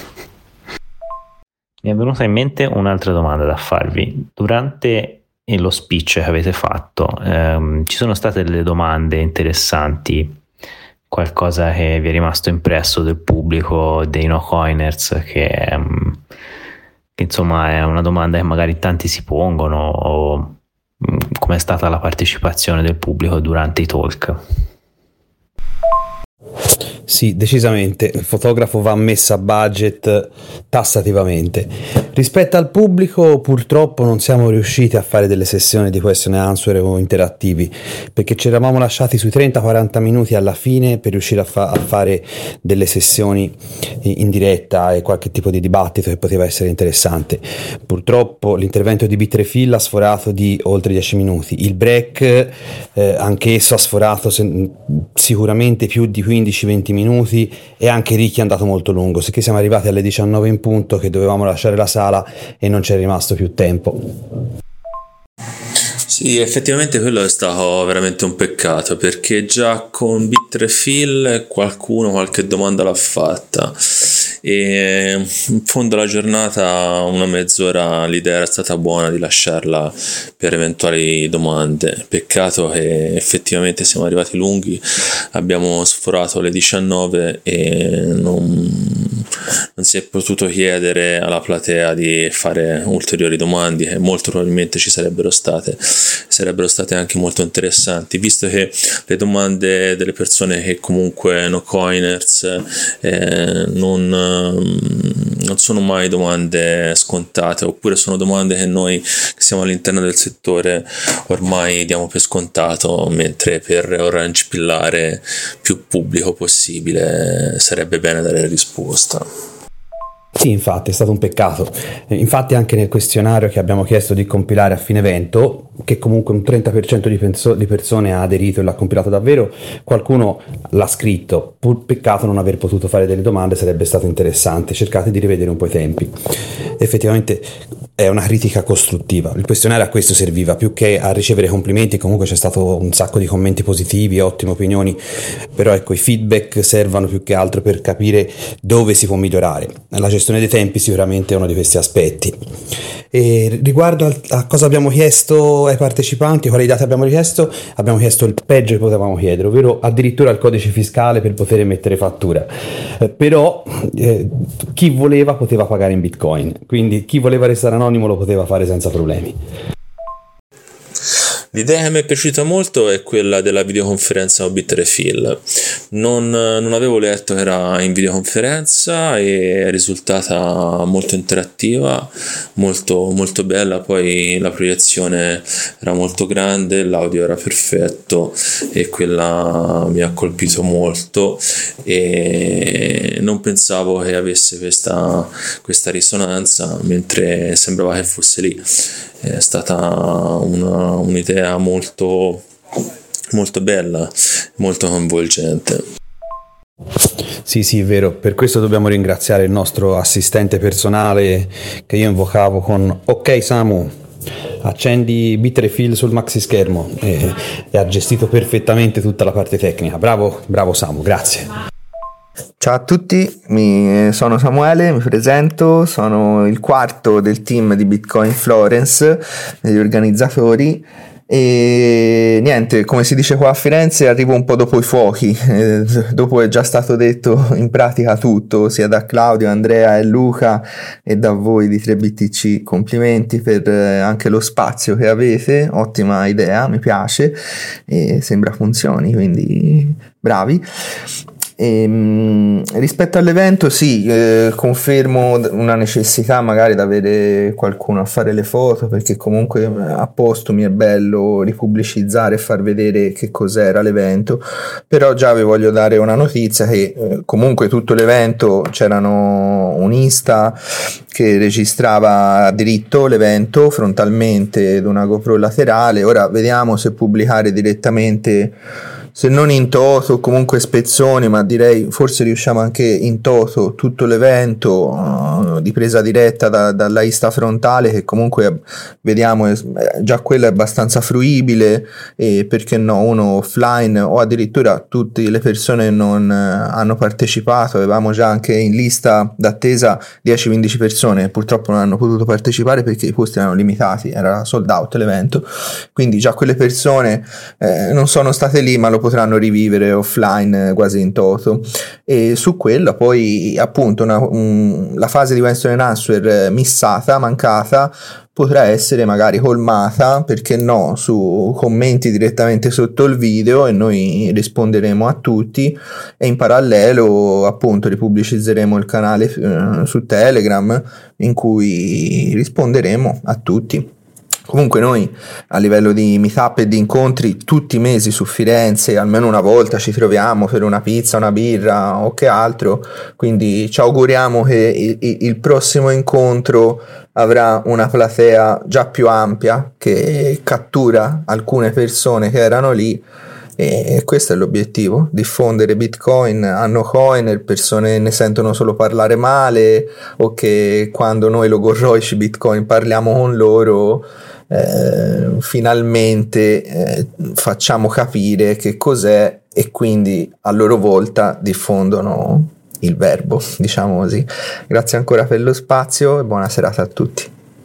Mi è venuta in mente un'altra domanda da farvi. Durante lo speech che avete fatto ehm, ci sono state delle domande interessanti, qualcosa che vi è rimasto impresso del pubblico, dei no coiners, che, ehm, che insomma è una domanda che magari tanti si pongono, o com'è stata la partecipazione del pubblico durante i talk? Sì, decisamente, il fotografo va messo a budget tassativamente. Rispetto al pubblico, purtroppo non siamo riusciti a fare delle sessioni di question and answer o interattivi, perché ci eravamo lasciati sui trenta quaranta minuti alla fine per riuscire a, fa- a fare delle sessioni in diretta e qualche tipo di dibattito che poteva essere interessante. Purtroppo l'intervento di Bitrefill ha sforato di oltre dieci minuti, il break eh, anch'esso ha sforato se- sicuramente più di quindici venti minuti, e anche Ricky è andato molto lungo, sicché siamo arrivati alle diciannove in punto che dovevamo lasciare la sala e non c'è rimasto più tempo. Sì, effettivamente quello è stato veramente un peccato, perché già con Bitrefill qualcuno qualche domanda l'ha fatta, e in fondo alla giornata una mezz'ora l'idea era stata buona di lasciarla per eventuali domande. Peccato che effettivamente siamo arrivati lunghi, abbiamo sforato le diciannove e non, non si è potuto chiedere alla platea di fare ulteriori domande, che molto probabilmente ci sarebbero state sarebbero state anche molto interessanti, visto che le domande delle persone che comunque no coiners eh, non, non sono mai domande scontate, oppure sono domande che noi che siamo all'interno del settore ormai diamo per scontato, mentre per Orange Pillare più pubblico possibile sarebbe bene dare risposta. Sì, infatti è stato un peccato. Infatti anche nel questionario che abbiamo chiesto di compilare a fine evento, che comunque un trenta per cento di, penso- di persone ha aderito e l'ha compilato davvero, qualcuno l'ha scritto. Pur peccato non aver potuto fare delle domande, sarebbe stato interessante. Cercate di rivedere un po' i tempi. Effettivamente è una critica costruttiva. Il questionario a questo serviva, più che a ricevere complimenti. Comunque c'è stato un sacco di commenti positivi, ottime opinioni, però ecco, i feedback servono più che altro per capire dove si può migliorare. La gestione dei tempi sicuramente è uno di questi aspetti. E riguardo a, a cosa abbiamo chiesto ai partecipanti, quali dati abbiamo richiesto, abbiamo chiesto il peggio che potevamo chiedere, ovvero addirittura il codice fiscale per poter emettere fattura. Eh, però eh, chi voleva poteva pagare in bitcoin, quindi chi voleva restare anonimo lo poteva fare senza problemi. L'idea che mi è piaciuta molto è quella della videoconferenza con Bitrefill. Non, non avevo letto che era in videoconferenza e è risultata molto interattiva, molto, molto bella. Poi la proiezione era molto grande, l'audio era perfetto e quella mi ha colpito molto, e non pensavo che avesse questa, questa risonanza, mentre sembrava che fosse lì. È stata una, un'idea molto, molto bella, molto coinvolgente. Sì, sì, è vero. Per questo dobbiamo ringraziare il nostro assistente personale, che io invocavo con "Ok Samu, accendi Bitrefill sul maxi schermo", e, e ha gestito perfettamente tutta la parte tecnica. Bravo, bravo Samu, grazie. Ciao a tutti, mi, sono Samuele, mi presento, sono il quarto del team di Bitcoin Florence, degli organizzatori, e niente, come si dice qua a Firenze, arrivo un po' dopo i fuochi, eh, dopo è già stato detto in pratica tutto, sia da Claudio, Andrea e Luca e da voi di tre B T C. Complimenti per eh, anche lo spazio che avete, ottima idea, mi piace e sembra funzioni, quindi bravi. E, mh, rispetto all'evento sì, eh, confermo una necessità magari di avere qualcuno a fare le foto, perché comunque a posto mi è bello ripubblicizzare e far vedere che cos'era l'evento. Però già vi voglio dare una notizia, che eh, comunque tutto l'evento c'erano un Insta che registrava dritto l'evento frontalmente ed una GoPro laterale. Ora vediamo se pubblicare direttamente, se non in toto, comunque spezzoni, ma direi forse riusciamo anche in toto tutto l'evento, uh, diciamo di presa diretta da, dalla ista frontale, che comunque vediamo è, già quella è abbastanza fruibile, e perché no uno offline, o addirittura tutte le persone non hanno partecipato. Avevamo già anche in lista d'attesa dieci quindici persone, purtroppo non hanno potuto partecipare perché i posti erano limitati, era sold out l'evento, quindi già quelle persone eh, non sono state lì, ma lo potranno rivivere offline eh, quasi in toto. E su quello poi appunto una, un, la fase di Western Answer missata, mancata, potrà essere magari colmata, perché no, su commenti direttamente sotto il video, e noi risponderemo a tutti, e in parallelo appunto ripubblicizzeremo il canale eh, su Telegram in cui risponderemo a tutti. Comunque noi a livello di meetup e di incontri tutti i mesi su Firenze almeno una volta ci troviamo per una pizza, una birra o che altro, quindi ci auguriamo che il, il prossimo incontro avrà una platea già più ampia che cattura alcune persone che erano lì, e questo è l'obiettivo: diffondere Bitcoin a no coin. Le persone ne sentono solo parlare male, o che quando noi logorroici Bitcoin parliamo con loro Eh, finalmente eh, facciamo capire che cos'è, e quindi a loro volta diffondono il verbo, diciamo così. Grazie ancora per lo spazio e buona serata a tutti.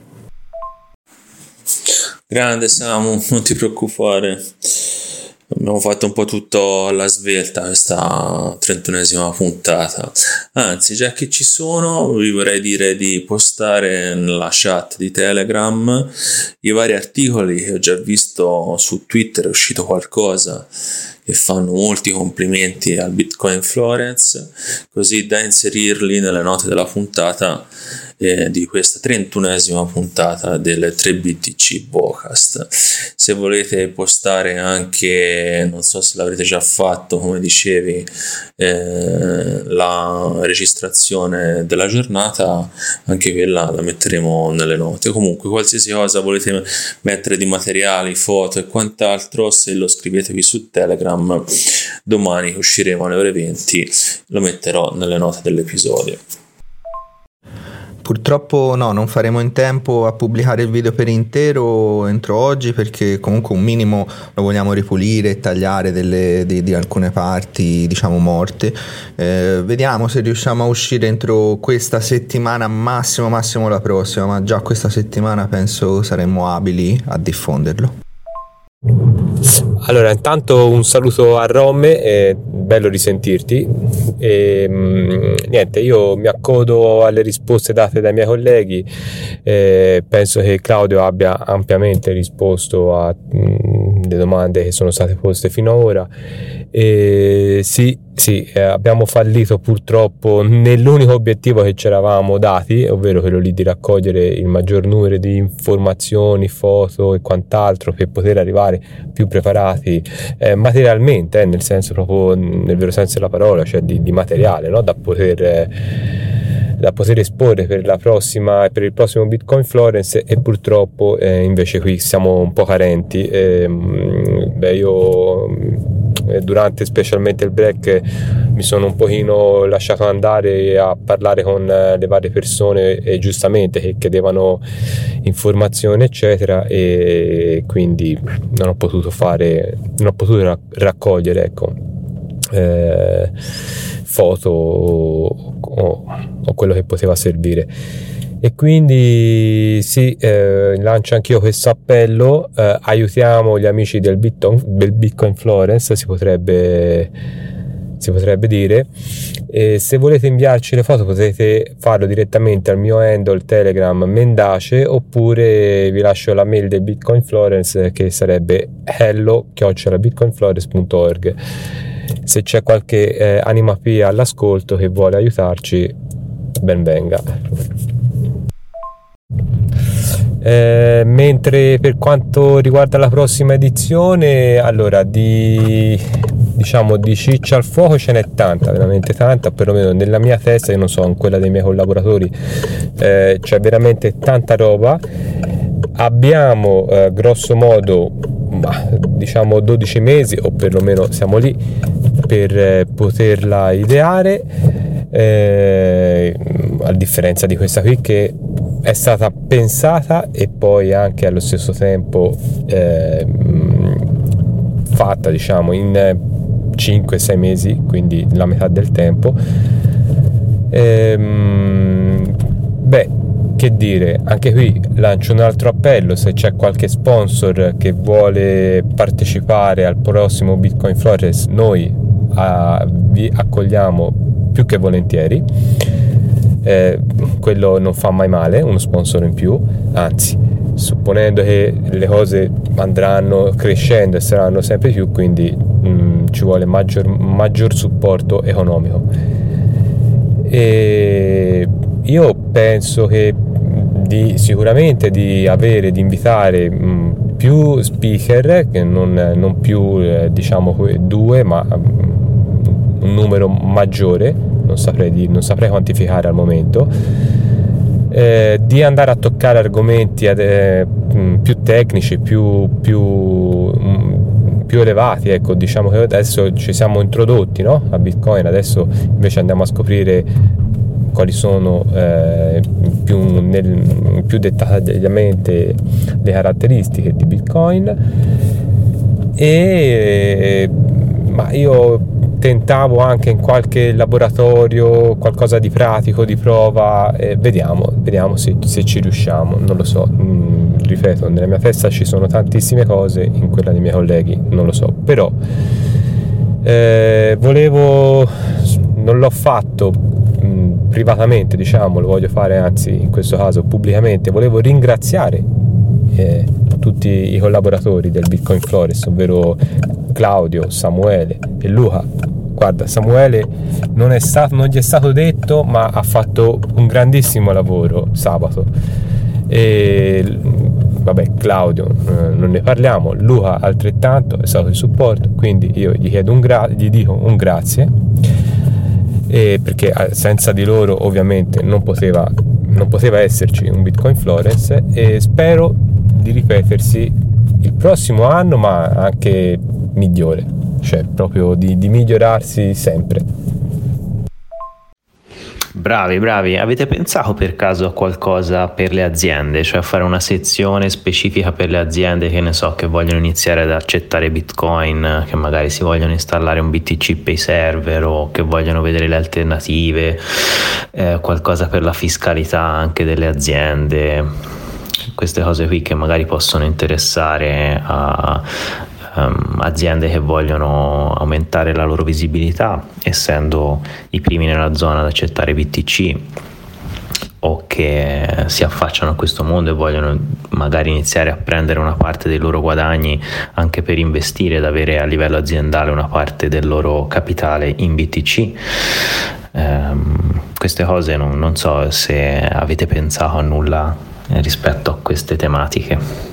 Grande Samu, non ti preoccupare, abbiamo fatto un po' tutto alla svelta questa trentunesima puntata. Anzi, già che ci sono, vi vorrei dire di postare nella chat di Telegram i vari articoli che ho già visto su Twitter. È uscito qualcosa e fanno molti complimenti al Bitcoin Florence, così da inserirli nelle note della puntata eh, di questa trentunesima puntata del tre B T C Bocast. Se volete postare anche, non so se l'avrete già fatto, come dicevi, eh, la registrazione della giornata, anche quella la metteremo nelle note. Comunque qualsiasi cosa volete mettere di materiali, foto e quant'altro, se lo scrivetevi su Telegram, domani usciremo alle ore venti, lo metterò nelle note dell'episodio. Purtroppo no, non faremo in tempo a pubblicare il video per intero entro oggi, perché comunque un minimo lo vogliamo ripulire e tagliare delle, di, di alcune parti diciamo morte. Eh, vediamo se riusciamo a uscire entro questa settimana, massimo massimo la prossima, ma già questa settimana penso saremo abili a diffonderlo. Allora, intanto un saluto a Romme, è bello risentirti, e mh, niente, io mi accodo alle risposte date dai miei colleghi, eh, penso che Claudio abbia ampiamente risposto alle domande che sono state poste fino ad ora. E sì, sì, eh, abbiamo fallito purtroppo nell'unico obiettivo che ci eravamo dati, ovvero quello lì di raccogliere il maggior numero di informazioni, foto e quant'altro per poter arrivare più preparati eh, materialmente, eh, nel senso proprio, nel vero senso della parola, cioè di, di materiale, no? da poter eh, da poter esporre per la prossima per il prossimo Bitcoin Florence, e purtroppo eh, invece qui siamo un po' carenti. E, beh, io eh, durante specialmente il break mi sono un pochino lasciato andare a parlare con eh, le varie persone, e giustamente che chiedevano informazioni eccetera, e quindi non ho potuto fare non ho potuto ra- raccogliere ecco eh, foto o, o, o quello che poteva servire. E quindi sì, eh, lancio anch'io questo appello, eh, aiutiamo gli amici del Bitcoin, del Bitcoin Florence, si potrebbe si potrebbe dire. E se volete inviarci le foto potete farlo direttamente al mio handle Telegram Mendace, oppure vi lascio la mail del Bitcoin Florence, che sarebbe hello chiocciola bitcoinflorence punto org. Se c'è qualche eh, anima pia all'ascolto che vuole aiutarci, ben venga. Eh, mentre per quanto riguarda la prossima edizione, allora di diciamo di ciccia al fuoco ce n'è tanta, veramente tanta, perlomeno nella mia testa, io non so in quella dei miei collaboratori, eh, c'è veramente tanta roba. Abbiamo eh, grosso modo diciamo dodici mesi, o perlomeno siamo lì per eh, poterla ideare. Eh, a differenza di questa qui che è stata pensata e poi anche allo stesso tempo eh, fatta, diciamo, in cinque sei mesi, quindi la metà del tempo. Ehm, beh, che dire, anche qui lancio un altro appello: se c'è qualche sponsor che vuole partecipare al prossimo Bitcoin Flores, noi a, vi accogliamo più che volentieri. Eh, quello non fa mai male, uno sponsor in più, anzi, supponendo che le cose andranno crescendo e saranno sempre più, quindi mh, ci vuole maggior, maggior supporto economico. E io penso che di, sicuramente di avere, di invitare mh, più speaker, che non, non più eh, diciamo due, ma mh, un numero maggiore, non saprei, di, non saprei quantificare al momento, eh, di andare a toccare argomenti eh, mh, più tecnici, più, più, mh, più elevati. Ecco, diciamo che adesso ci siamo introdotti, no, a Bitcoin, adesso invece andiamo a scoprire quali sono eh, più, nel, più dettagliatamente le caratteristiche di Bitcoin. E ma io tentavo anche in qualche laboratorio qualcosa di pratico, di prova, e vediamo, vediamo se, se ci riusciamo, non lo so. Mm, ripeto, nella mia testa ci sono tantissime cose, in quella dei miei colleghi non lo so, però eh, volevo, non l'ho fatto mh, privatamente, diciamo, lo voglio fare anzi in questo caso pubblicamente. Volevo ringraziare eh, tutti i collaboratori del Bitcoin Flores, ovvero Claudio, Samuele e Luca. Guarda, Samuele non è stato, non gli è stato detto, ma ha fatto un grandissimo lavoro sabato. E vabbè, Claudio eh, non ne parliamo, Luca altrettanto, è stato di supporto, quindi io gli chiedo un gra- gli dico un grazie, e perché senza di loro ovviamente non poteva, non poteva esserci un Bitcoin Flores, e spero di ripetersi il prossimo anno, ma anche migliore, cioè proprio di, di migliorarsi sempre. Bravi, bravi. Avete pensato per caso a qualcosa per le aziende, cioè a fare una sezione specifica per le aziende, che ne so, che vogliono iniziare ad accettare Bitcoin, che magari si vogliono installare un B T C Pay Server o che vogliono vedere le alternative, eh, qualcosa per la fiscalità anche delle aziende, queste cose qui che magari possono interessare a Um, aziende che vogliono aumentare la loro visibilità, essendo i primi nella zona ad accettare B T C, o che si affacciano a questo mondo e vogliono magari iniziare a prendere una parte dei loro guadagni anche per investire ed avere a livello aziendale una parte del loro capitale in B T C. Um, queste cose non, non so se avete pensato a nulla rispetto a queste tematiche.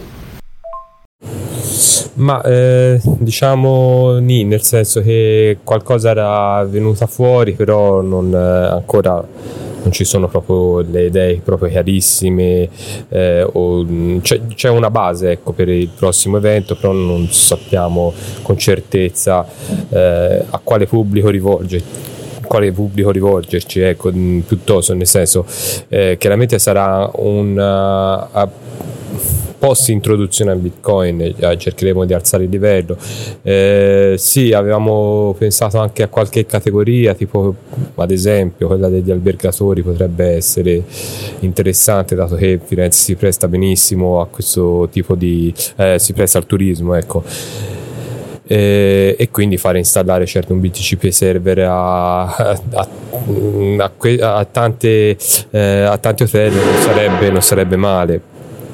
Ma eh, diciamo nì, nel senso che qualcosa era venuta fuori, però non, eh, ancora non ci sono proprio le idee proprio chiarissime, eh, o, c'è, c'è una base, ecco, per il prossimo evento, però non sappiamo con certezza eh, a quale pubblico rivolgerci. quale pubblico rivolgerci, ecco, piuttosto, nel senso eh, chiaramente sarà un uh, post introduzione a Bitcoin, eh, cercheremo di alzare il livello. Eh, sì, avevamo pensato anche a qualche categoria, tipo ad esempio quella degli albergatori potrebbe essere interessante, dato che Firenze si presta benissimo a questo tipo di eh, si presta al turismo, ecco. E, e quindi fare installare certo un B T C Pay server a, a, a, a, a, tante, eh, a tanti hotel non sarebbe, non sarebbe male.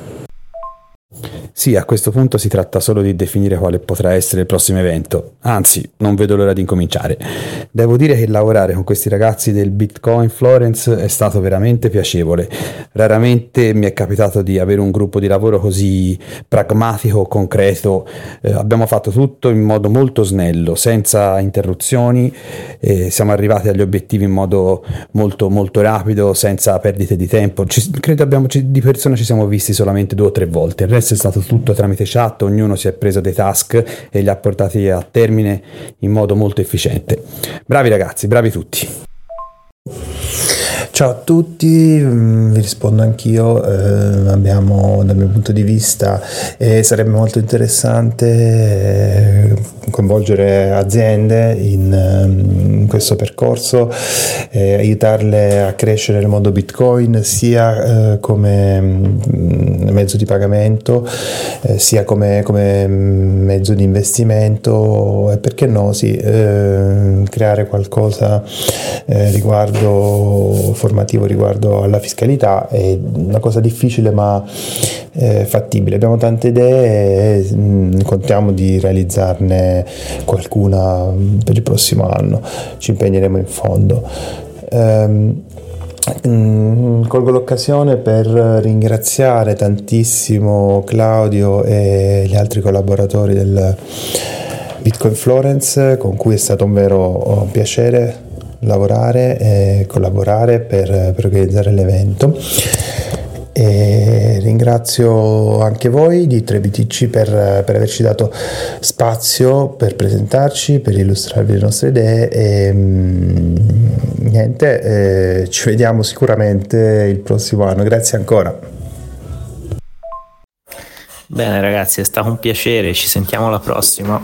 Sì, a questo punto si tratta solo di definire quale potrà essere il prossimo evento, anzi non vedo l'ora di incominciare. Devo dire che lavorare con questi ragazzi del Bitcoin Florence è stato veramente piacevole. Raramente mi è capitato di avere un gruppo di lavoro così pragmatico, concreto. Eh, abbiamo fatto tutto in modo molto snello, senza interruzioni, eh, siamo arrivati agli obiettivi in modo molto molto rapido, senza perdite di tempo. Ci, credo abbiamo di persona ci siamo visti solamente due o tre volte, il resto è stato tutto tramite chat, ognuno si è preso dei task e li ha portati a termine in modo molto efficiente. Bravi ragazzi, bravi tutti. Ciao a tutti, vi rispondo anch'io, eh, abbiamo dal mio punto di vista eh, sarebbe molto interessante eh, coinvolgere aziende in, in questo percorso, eh, aiutarle a crescere nel mondo Bitcoin sia eh, come mh, mezzo di pagamento, eh, sia come, come mezzo di investimento e perché no, sì, eh, creare qualcosa eh, riguardo formativo riguardo alla fiscalità. È una cosa difficile ma eh, fattibile. Abbiamo tante idee e mh, contiamo di realizzarne qualcuna per il prossimo anno. Ci impegneremo in fondo. Um, mh, colgo l'occasione per ringraziare tantissimo Claudio e gli altri collaboratori del Bitcoin Florence, con cui è stato un vero piacere lavorare e collaborare per, per organizzare l'evento. E ringrazio anche voi di tre B T C per, per averci dato spazio per presentarci, per illustrarvi le nostre idee e mh, niente, eh, ci vediamo sicuramente il prossimo anno. Grazie ancora. Bene ragazzi, è stato un piacere, ci sentiamo alla prossima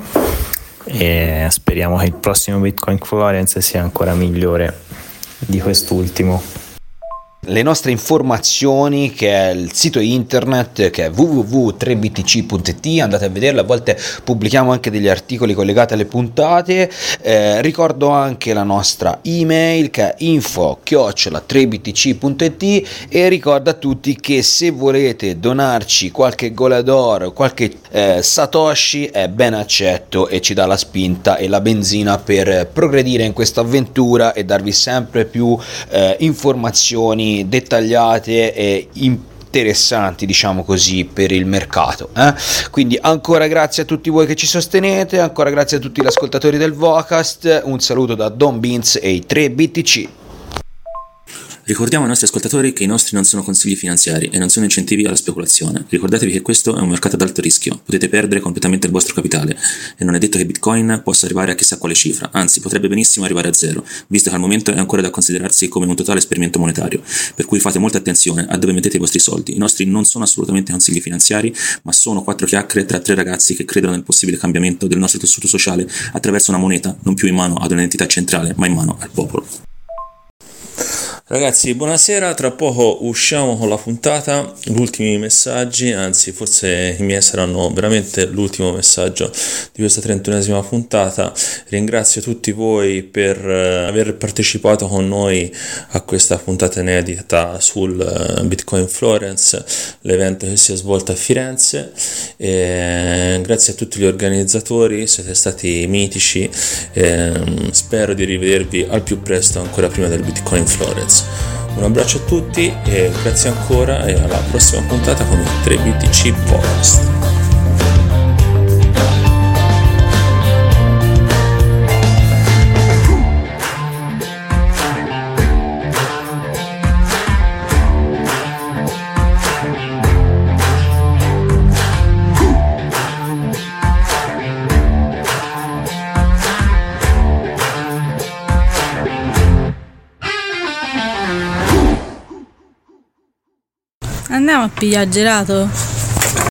e speriamo che il prossimo Bitcoin Florence sia ancora migliore di quest'ultimo. Le nostre informazioni, che è il sito internet, che è w w w punto tre b t c punto i t, andate a vederlo, a volte pubblichiamo anche degli articoli collegati alle puntate. Eh, ricordo anche la nostra email, che è info chiocciola tre b t c punto i t, e ricordo a tutti che se volete donarci qualche golador, qualche eh, satoshi è ben accetto e ci dà la spinta e la benzina per progredire in questa avventura e darvi sempre più eh, informazioni dettagliate e interessanti, diciamo così, per il mercato, eh? Quindi ancora grazie a tutti voi che ci sostenete, ancora grazie a tutti gli ascoltatori del Vocast, un saluto da Don Beans e i tre B T C. Ricordiamo ai nostri ascoltatori che i nostri non sono consigli finanziari e non sono incentivi alla speculazione. Ricordatevi che questo è un mercato ad alto rischio, potete perdere completamente il vostro capitale e non è detto che Bitcoin possa arrivare a chissà quale cifra, anzi potrebbe benissimo arrivare a zero, visto che al momento è ancora da considerarsi come un totale esperimento monetario, per cui fate molta attenzione a dove mettete i vostri soldi. I nostri non sono assolutamente consigli finanziari, ma sono quattro chiacchiere tra tre ragazzi che credono nel possibile cambiamento del nostro tessuto sociale attraverso una moneta non più in mano ad un'entità centrale, ma in mano al popolo. Ragazzi, buonasera, tra poco usciamo con la puntata, gli ultimi messaggi, anzi forse i miei saranno veramente l'ultimo messaggio di questa trentunesima puntata. Ringrazio tutti voi per uh, aver partecipato con noi a questa puntata inedita sul uh, Bitcoin Florence, l'evento che si è svolto a Firenze, e grazie a tutti gli organizzatori, siete stati mitici, e, um, spero di rivedervi al più presto, ancora prima del Bitcoin Florence. Un abbraccio a tutti e grazie ancora, e alla prossima puntata con il tre B T C Podcast. Andiamo a pigliare gelato?